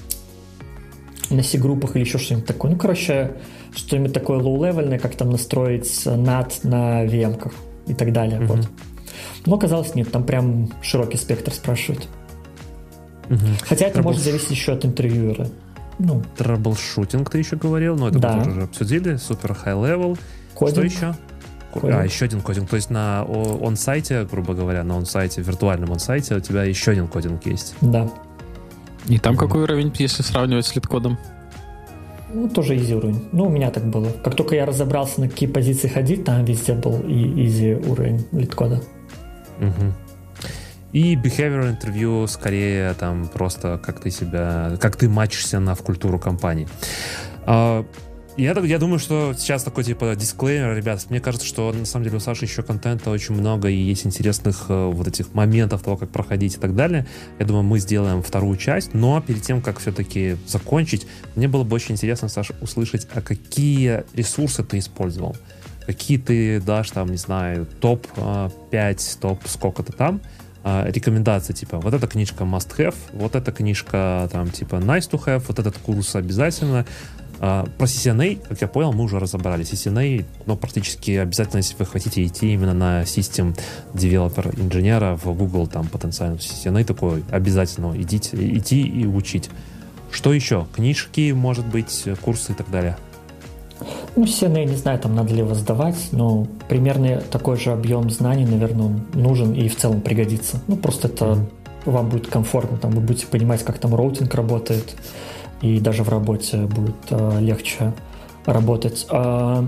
на C-группах или еще что-нибудь такое. Ну, короче, что-нибудь такое low-levelное, как там настроить нат на ви эм-ках и так далее. Uh-huh. Вот. Но оказалось, нет, там прям широкий спектр спрашивают. Uh-huh. Хотя это Trouble... может зависеть еще от интервьюера. Ну. Траблшутинг ты еще говорил, но это да. мы тоже уже обсудили. Супер high-level. Кодинг. Что еще? Кодинг. А, еще один кодинг. То есть на он-сайте, грубо говоря, на он-сайте, виртуальном он-сайте у тебя еще один кодинг есть. Да. И там uh-huh. какой уровень, если сравнивать с лид-кодом? Ну, тоже изи уровень. Ну, у меня так было. Как только я разобрался, на какие позиции ходить, там везде был и изи уровень лид-кода. Угу. И behavioral интервью скорее там просто как ты себя, как ты матчишься на в культуру компании. А, я, я думаю, что сейчас такой типа дисклеймер, ребят, мне кажется, что на самом деле у Саши еще контента очень много и есть интересных э, вот этих моментов того, как проходить и так далее. Я думаю, мы сделаем вторую часть, но перед тем, как все-таки закончить, мне было бы очень интересно, Саша, услышать, а какие ресурсы ты использовал? Какие ты дашь там, не знаю, топ пять, топ сколько-то там, рекомендации, типа, вот эта книжка must have, вот эта книжка там, типа, nice to have, вот этот курс обязательно. Про си си эн эй, как я понял, мы уже разобрали. си си эн эй, ну, практически обязательно, если вы хотите идти именно на System Developer инженера в Google, там, потенциально си си эн эй такой, обязательно идите, идти и учить. Что еще? Книжки, может быть, курсы и так далее? Ну, си си эн эй, не знаю, там надо ли его сдавать, но примерно такой же объем знаний, наверное, нужен и в целом пригодится. Ну, просто это mm-hmm. вам будет комфортно, там вы будете понимать, как там роутинг работает, и даже в работе будет э, легче работать. А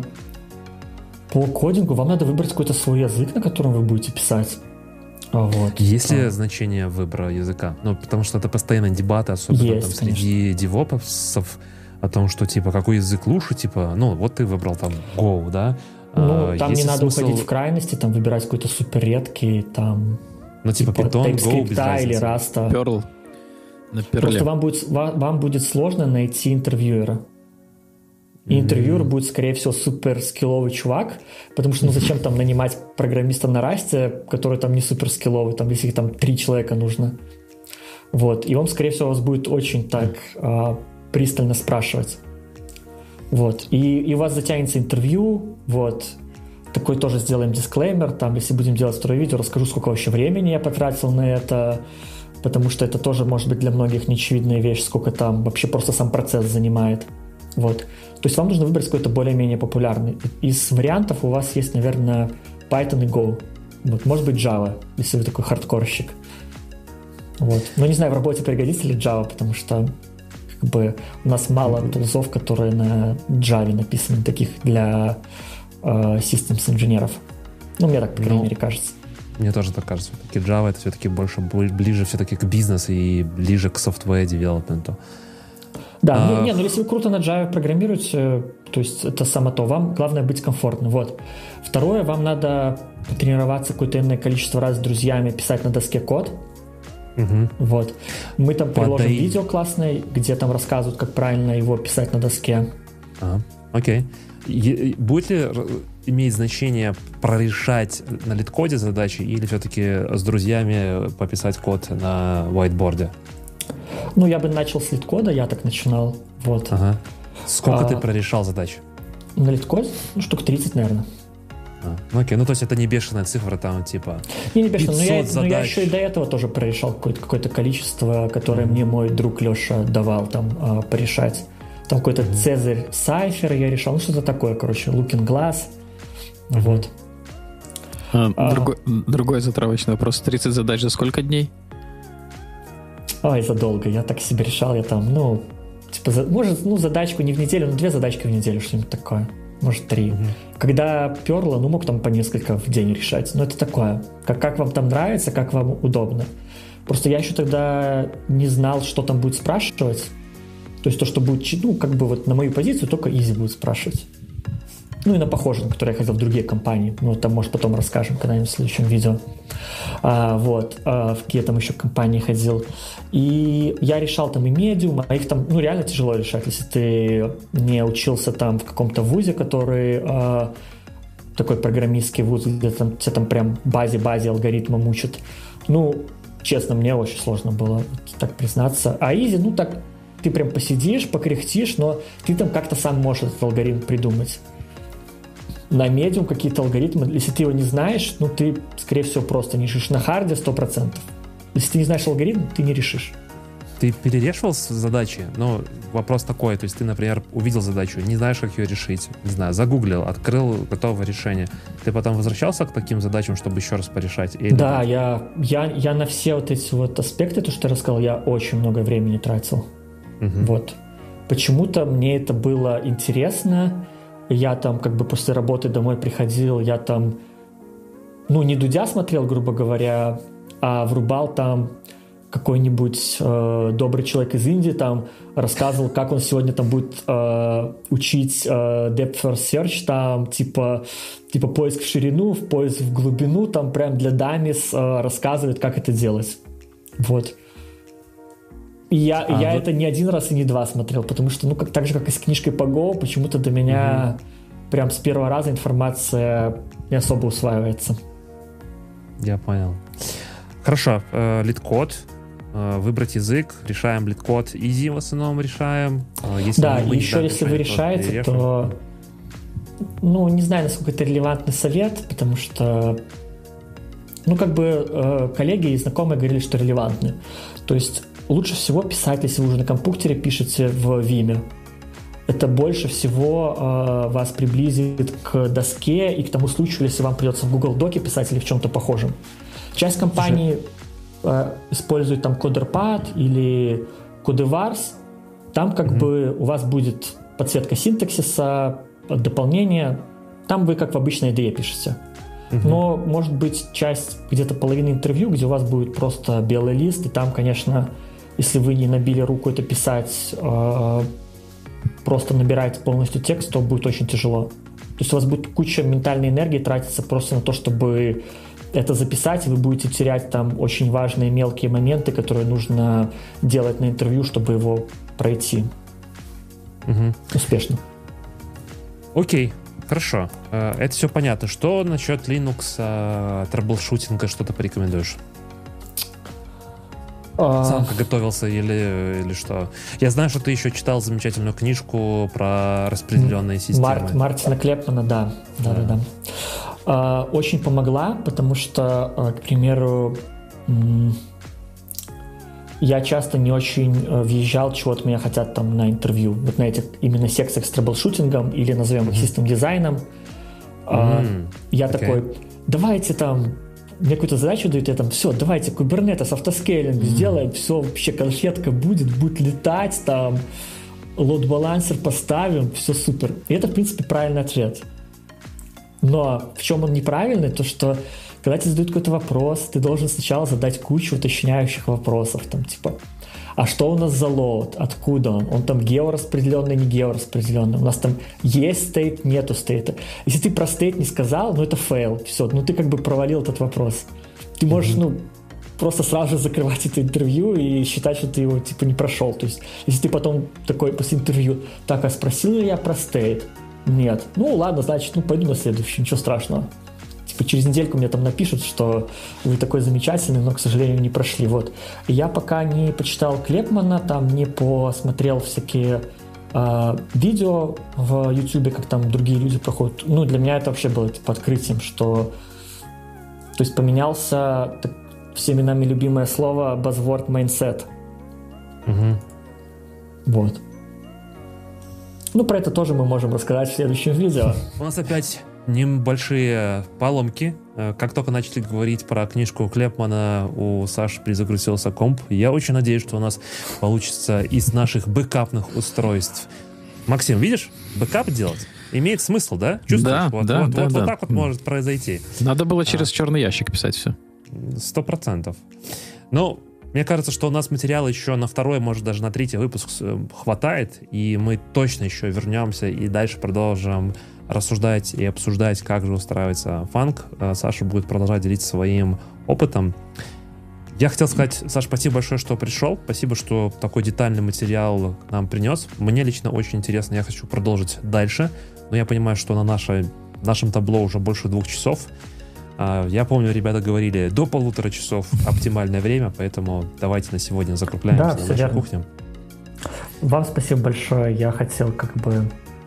по кодингу вам надо выбрать какой-то свой язык, на котором вы будете писать. Вот. Есть ли а. значение выбора языка? Ну, потому что это постоянно дебаты, особенно Есть, там, среди девопсов, о том, что, типа, какой язык лучше, типа, ну, вот ты выбрал там Go, да? Ну, а, там не надо смысл... уходить в крайности, там выбирать какой-то супер редкий, там... Ну, типа, типа Python, Go, без разницы. или Rust. Perl. На Перле. Просто вам будет, вам, вам будет сложно найти интервьюера. И интервьюер mm-hmm. будет, скорее всего, супер скилловый чувак, потому что ну зачем там нанимать программиста на Расте, который там не супер скилловый, там, если там три человека нужно. Вот. И он, скорее всего, вас будет очень так а, пристально спрашивать. Вот. И, и у вас затянется интервью, вот. Такой тоже сделаем дисклеймер, там, если будем делать второе видео, расскажу, сколько вообще времени я потратил на это, потому что это тоже может быть для многих неочевидная вещь, сколько там вообще просто сам процесс занимает. Вот. То есть вам нужно выбрать какой-то более-менее популярный. Из вариантов у вас есть, наверное, Python и Go. Вот. Может быть, Java, если вы такой хардкорщик. Вот. Но не знаю, в работе пригодится ли Java, потому что как бы, у нас мало тулзов, которые на Java написаны, таких для э, systems инженеров. Ну, мне так, по крайней ну, мере, кажется. Мне тоже так кажется. Все-таки Java это все-таки больше, ближе все-таки к бизнесу и ближе к software девелопменту. Да, а... ну, не, ну если вы круто на Java программируете, то есть это само то, вам главное быть комфортным. Вот. Второе, вам надо потренироваться какое-то иное количество раз с друзьями писать на доске код. Угу. Вот. Мы там приложим Подай... видео классное, где там рассказывают, как правильно его писать на доске. А, окей. Е- будет ли иметь значение прорешать на литкоде задачи или все-таки с друзьями пописать код на whiteboard? Ну, я бы начал с литкода, я так начинал. Вот. Ага. Сколько а, ты прорешал задач? На литкоде? Ну, штук тридцать, наверное. А, ну, окей, ну то есть это не бешеная цифра, там типа не, не бешеная, но я, но я еще и задач. до этого тоже прорешал какое-то, какое-то количество, которое mm-hmm. мне мой друг Леша давал там а, порешать. Там какой-то mm-hmm. Цезарь Сайфер я решал, ну что-то такое, короче, Looking Glass. Mm-hmm. Вот. А, а, другой, другой затравочный вопрос. тридцать задач за сколько дней? Ой, задолго. Я так себе решал, я там, ну, типа, за, может, ну, задачку не в неделю, но две задачки в неделю, что-нибудь такое. Может, три. Mm-hmm. Когда перло, ну, мог там по несколько в день решать. Но это такое. Как, как вам там нравится, как вам удобно. Просто я еще тогда не знал, что там будет спрашивать. То есть то, что будет, ну, как бы вот на мою позицию только изи будет спрашивать. Ну, и на похожие, на которые я ходил в другие компании. Ну, там, может, потом расскажем когда-нибудь в следующем видео. А, вот. А, в какие там еще компании ходил. И я решал там и медиум, а их там, ну, реально тяжело решать, если ты не учился там в каком-то вузе, который а, такой программистский вуз, где там, тебя там прям базе-базе алгоритмом учат. Ну, честно, мне очень сложно было так признаться. А изи, ну, так ты прям посидишь, покряхтишь, но ты там как-то сам можешь этот алгоритм придумать. На медиум какие-то алгоритмы, если ты его не знаешь, ну, ты, скорее всего, просто не решишь. На харде сто процентов. Если ты не знаешь алгоритм, ты не решишь. Ты перерешивал задачи? Ну, вопрос такой, то есть ты, например, увидел задачу, не знаешь, как ее решить, не знаю, загуглил, открыл готовое решение. Ты потом возвращался к таким задачам, чтобы еще раз порешать? Или... Да, я, я, я на все вот эти вот аспекты, то, что я рассказал, я очень много времени тратил. Угу. Вот. Почему-то мне это было интересно. Я там как бы после работы домой приходил, я там, ну, не Дудя смотрел, грубо говоря, а врубал там какой-нибудь э, добрый человек из Индии, там рассказывал, как он сегодня там будет э, учить э, Depth First Search, там типа, типа поиск в ширину, в поиск в глубину, там прям для дамис э, рассказывает, как это делать. Вот. И я, а, я вы... это не один раз и не два смотрел, потому что, ну, как, так же, как и с книжкой по Go, почему-то до меня угу. прям с первого раза информация не особо усваивается. Я понял. Хорошо. Э, лид-код. Э, выбрать язык. Решаем лид-код. Easy в основном решаем. Э, если да, и еще если вы решаете, то... Ну, не знаю, насколько это релевантный совет, потому что... Ну, как бы э, коллеги и знакомые говорили, что релевантный. То есть лучше всего писать, если вы уже на компьютере пишете в Vim. Это больше всего э, вас приблизит к доске и к тому случаю, если вам придется в Google Доке писать или в чем-то похожем. Часть компаний э, использует там CoderPad или Codevars, там как mm-hmm. бы у вас будет подсветка синтаксиса, дополнение, там вы как в обычной ай ди и пишете. Mm-hmm. Но может быть часть, где-то половина интервью, где у вас будет просто белый лист, и там, конечно, если вы не набили руку это писать, э, просто набираете полностью текст, то будет очень тяжело. То есть у вас будет куча ментальной энергии тратиться просто на то, чтобы это записать, и вы будете терять там очень важные мелкие моменты, которые нужно делать на интервью, чтобы его пройти угу. успешно. Окей, хорошо. Это все понятно. Что насчет Linux, трэблшутинга, что ты порекомендуешь? Сам как готовился или, или что? Я знаю, что ты еще читал замечательную книжку про распределенные системы. Март, Мартина Клепмана, да. да, да, да. А, очень помогла, потому что, к примеру, я часто не очень въезжал, чего от меня хотят там на интервью. Вот на этих именно секциях с трэблшутингом или назовем их mm-hmm. систем-дизайном. Mm-hmm. Я okay. такой, давайте там мне какую-то задачу дают, я там, все, давайте Kubernetes, автоскейлинг mm-hmm. сделаем, все, вообще конфетка будет, будет летать, там, лоуд-балансер поставим, все супер. И это, в принципе, правильный ответ. Но в чем он неправильный, то что, когда тебе задают какой-то вопрос, ты должен сначала задать кучу уточняющих вопросов, там, типа, а что у нас за лоуд, откуда он, он там геораспределенный, не геораспределенный, у нас там есть стейт, нету стейта. Если ты про стейт не сказал, ну это фейл, все, ну ты как бы провалил этот вопрос. Ты можешь, mm-hmm. ну, просто сразу же закрывать это интервью и считать, что ты его, типа, не прошел. То есть, если ты потом такой после интервью, так, а спросил ли я про стейт? Нет. Ну, ладно, значит, ну, пойду на следующий, ничего страшного. Типа, через недельку мне там напишут, что вы такой замечательный, но, к сожалению, не прошли. Вот. И я пока не почитал Клепмана, там не посмотрел всякие э, видео в YouTube, как там другие люди проходят. Ну, для меня это вообще было, типа, открытием, что... То есть поменялся так, всеми нами любимое слово buzzword mindset. Угу. Вот. Ну, про это тоже мы можем рассказать в следующем видео. У нас опять небольшие поломки. Как только начали говорить про книжку Клепмана, у Саши перезагрузился комп. Я очень надеюсь, что у нас получится из наших бэкапных устройств. Максим, видишь, бэкап делать имеет смысл, да? Чувствуешь? Да, вот, да, вот, да, вот, да. вот так вот может произойти. Надо было через а. черный ящик писать все. Сто процентов. Ну, мне кажется, что у нас материала еще на второй, может, даже на третий выпуск хватает, и мы точно еще вернемся и дальше продолжим рассуждать и обсуждать, как же устраивается фанк. Саша будет продолжать делиться своим опытом. Я хотел сказать, Саша, спасибо большое, что пришел. Спасибо, что такой детальный материал нам принес. Мне лично очень интересно, я хочу продолжить дальше. Но я понимаю, что на нашей, нашем табло уже больше двух часов. Я помню, ребята говорили, до полутора часов оптимальное время, поэтому давайте на сегодня закругляемся да, на нашу верно. кухню. Вам спасибо большое. Я хотел как бы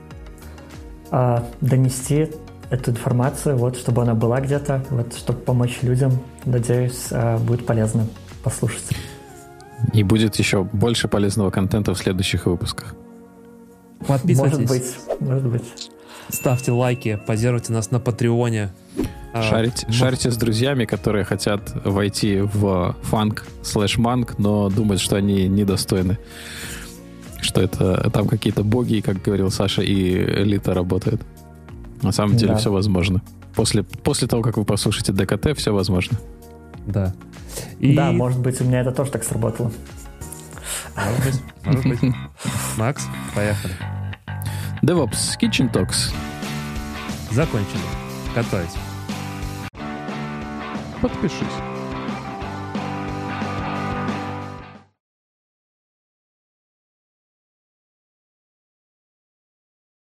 э, донести эту информацию, вот, чтобы она была где-то, вот, чтобы помочь людям. Надеюсь, э, будет полезно послушать. И будет еще больше полезного контента в следующих выпусках. Подписывайтесь. Может быть, может быть. Ставьте лайки, позируйте нас на Патреоне. Шарите, а, шарите с друзьями, которые хотят войти в фанк слэш манк, но думают, что они недостойны. Что это там какие-то боги, как говорил Саша, и элита работают. На самом деле да. все возможно. После, после того, как вы послушаете ДКТ, все возможно. Да. И... Да, может быть, у меня это тоже так сработало. Может быть, может быть. Макс, поехали. DevOps Kitchen Talks. Закончили. Готовить. Подпишись.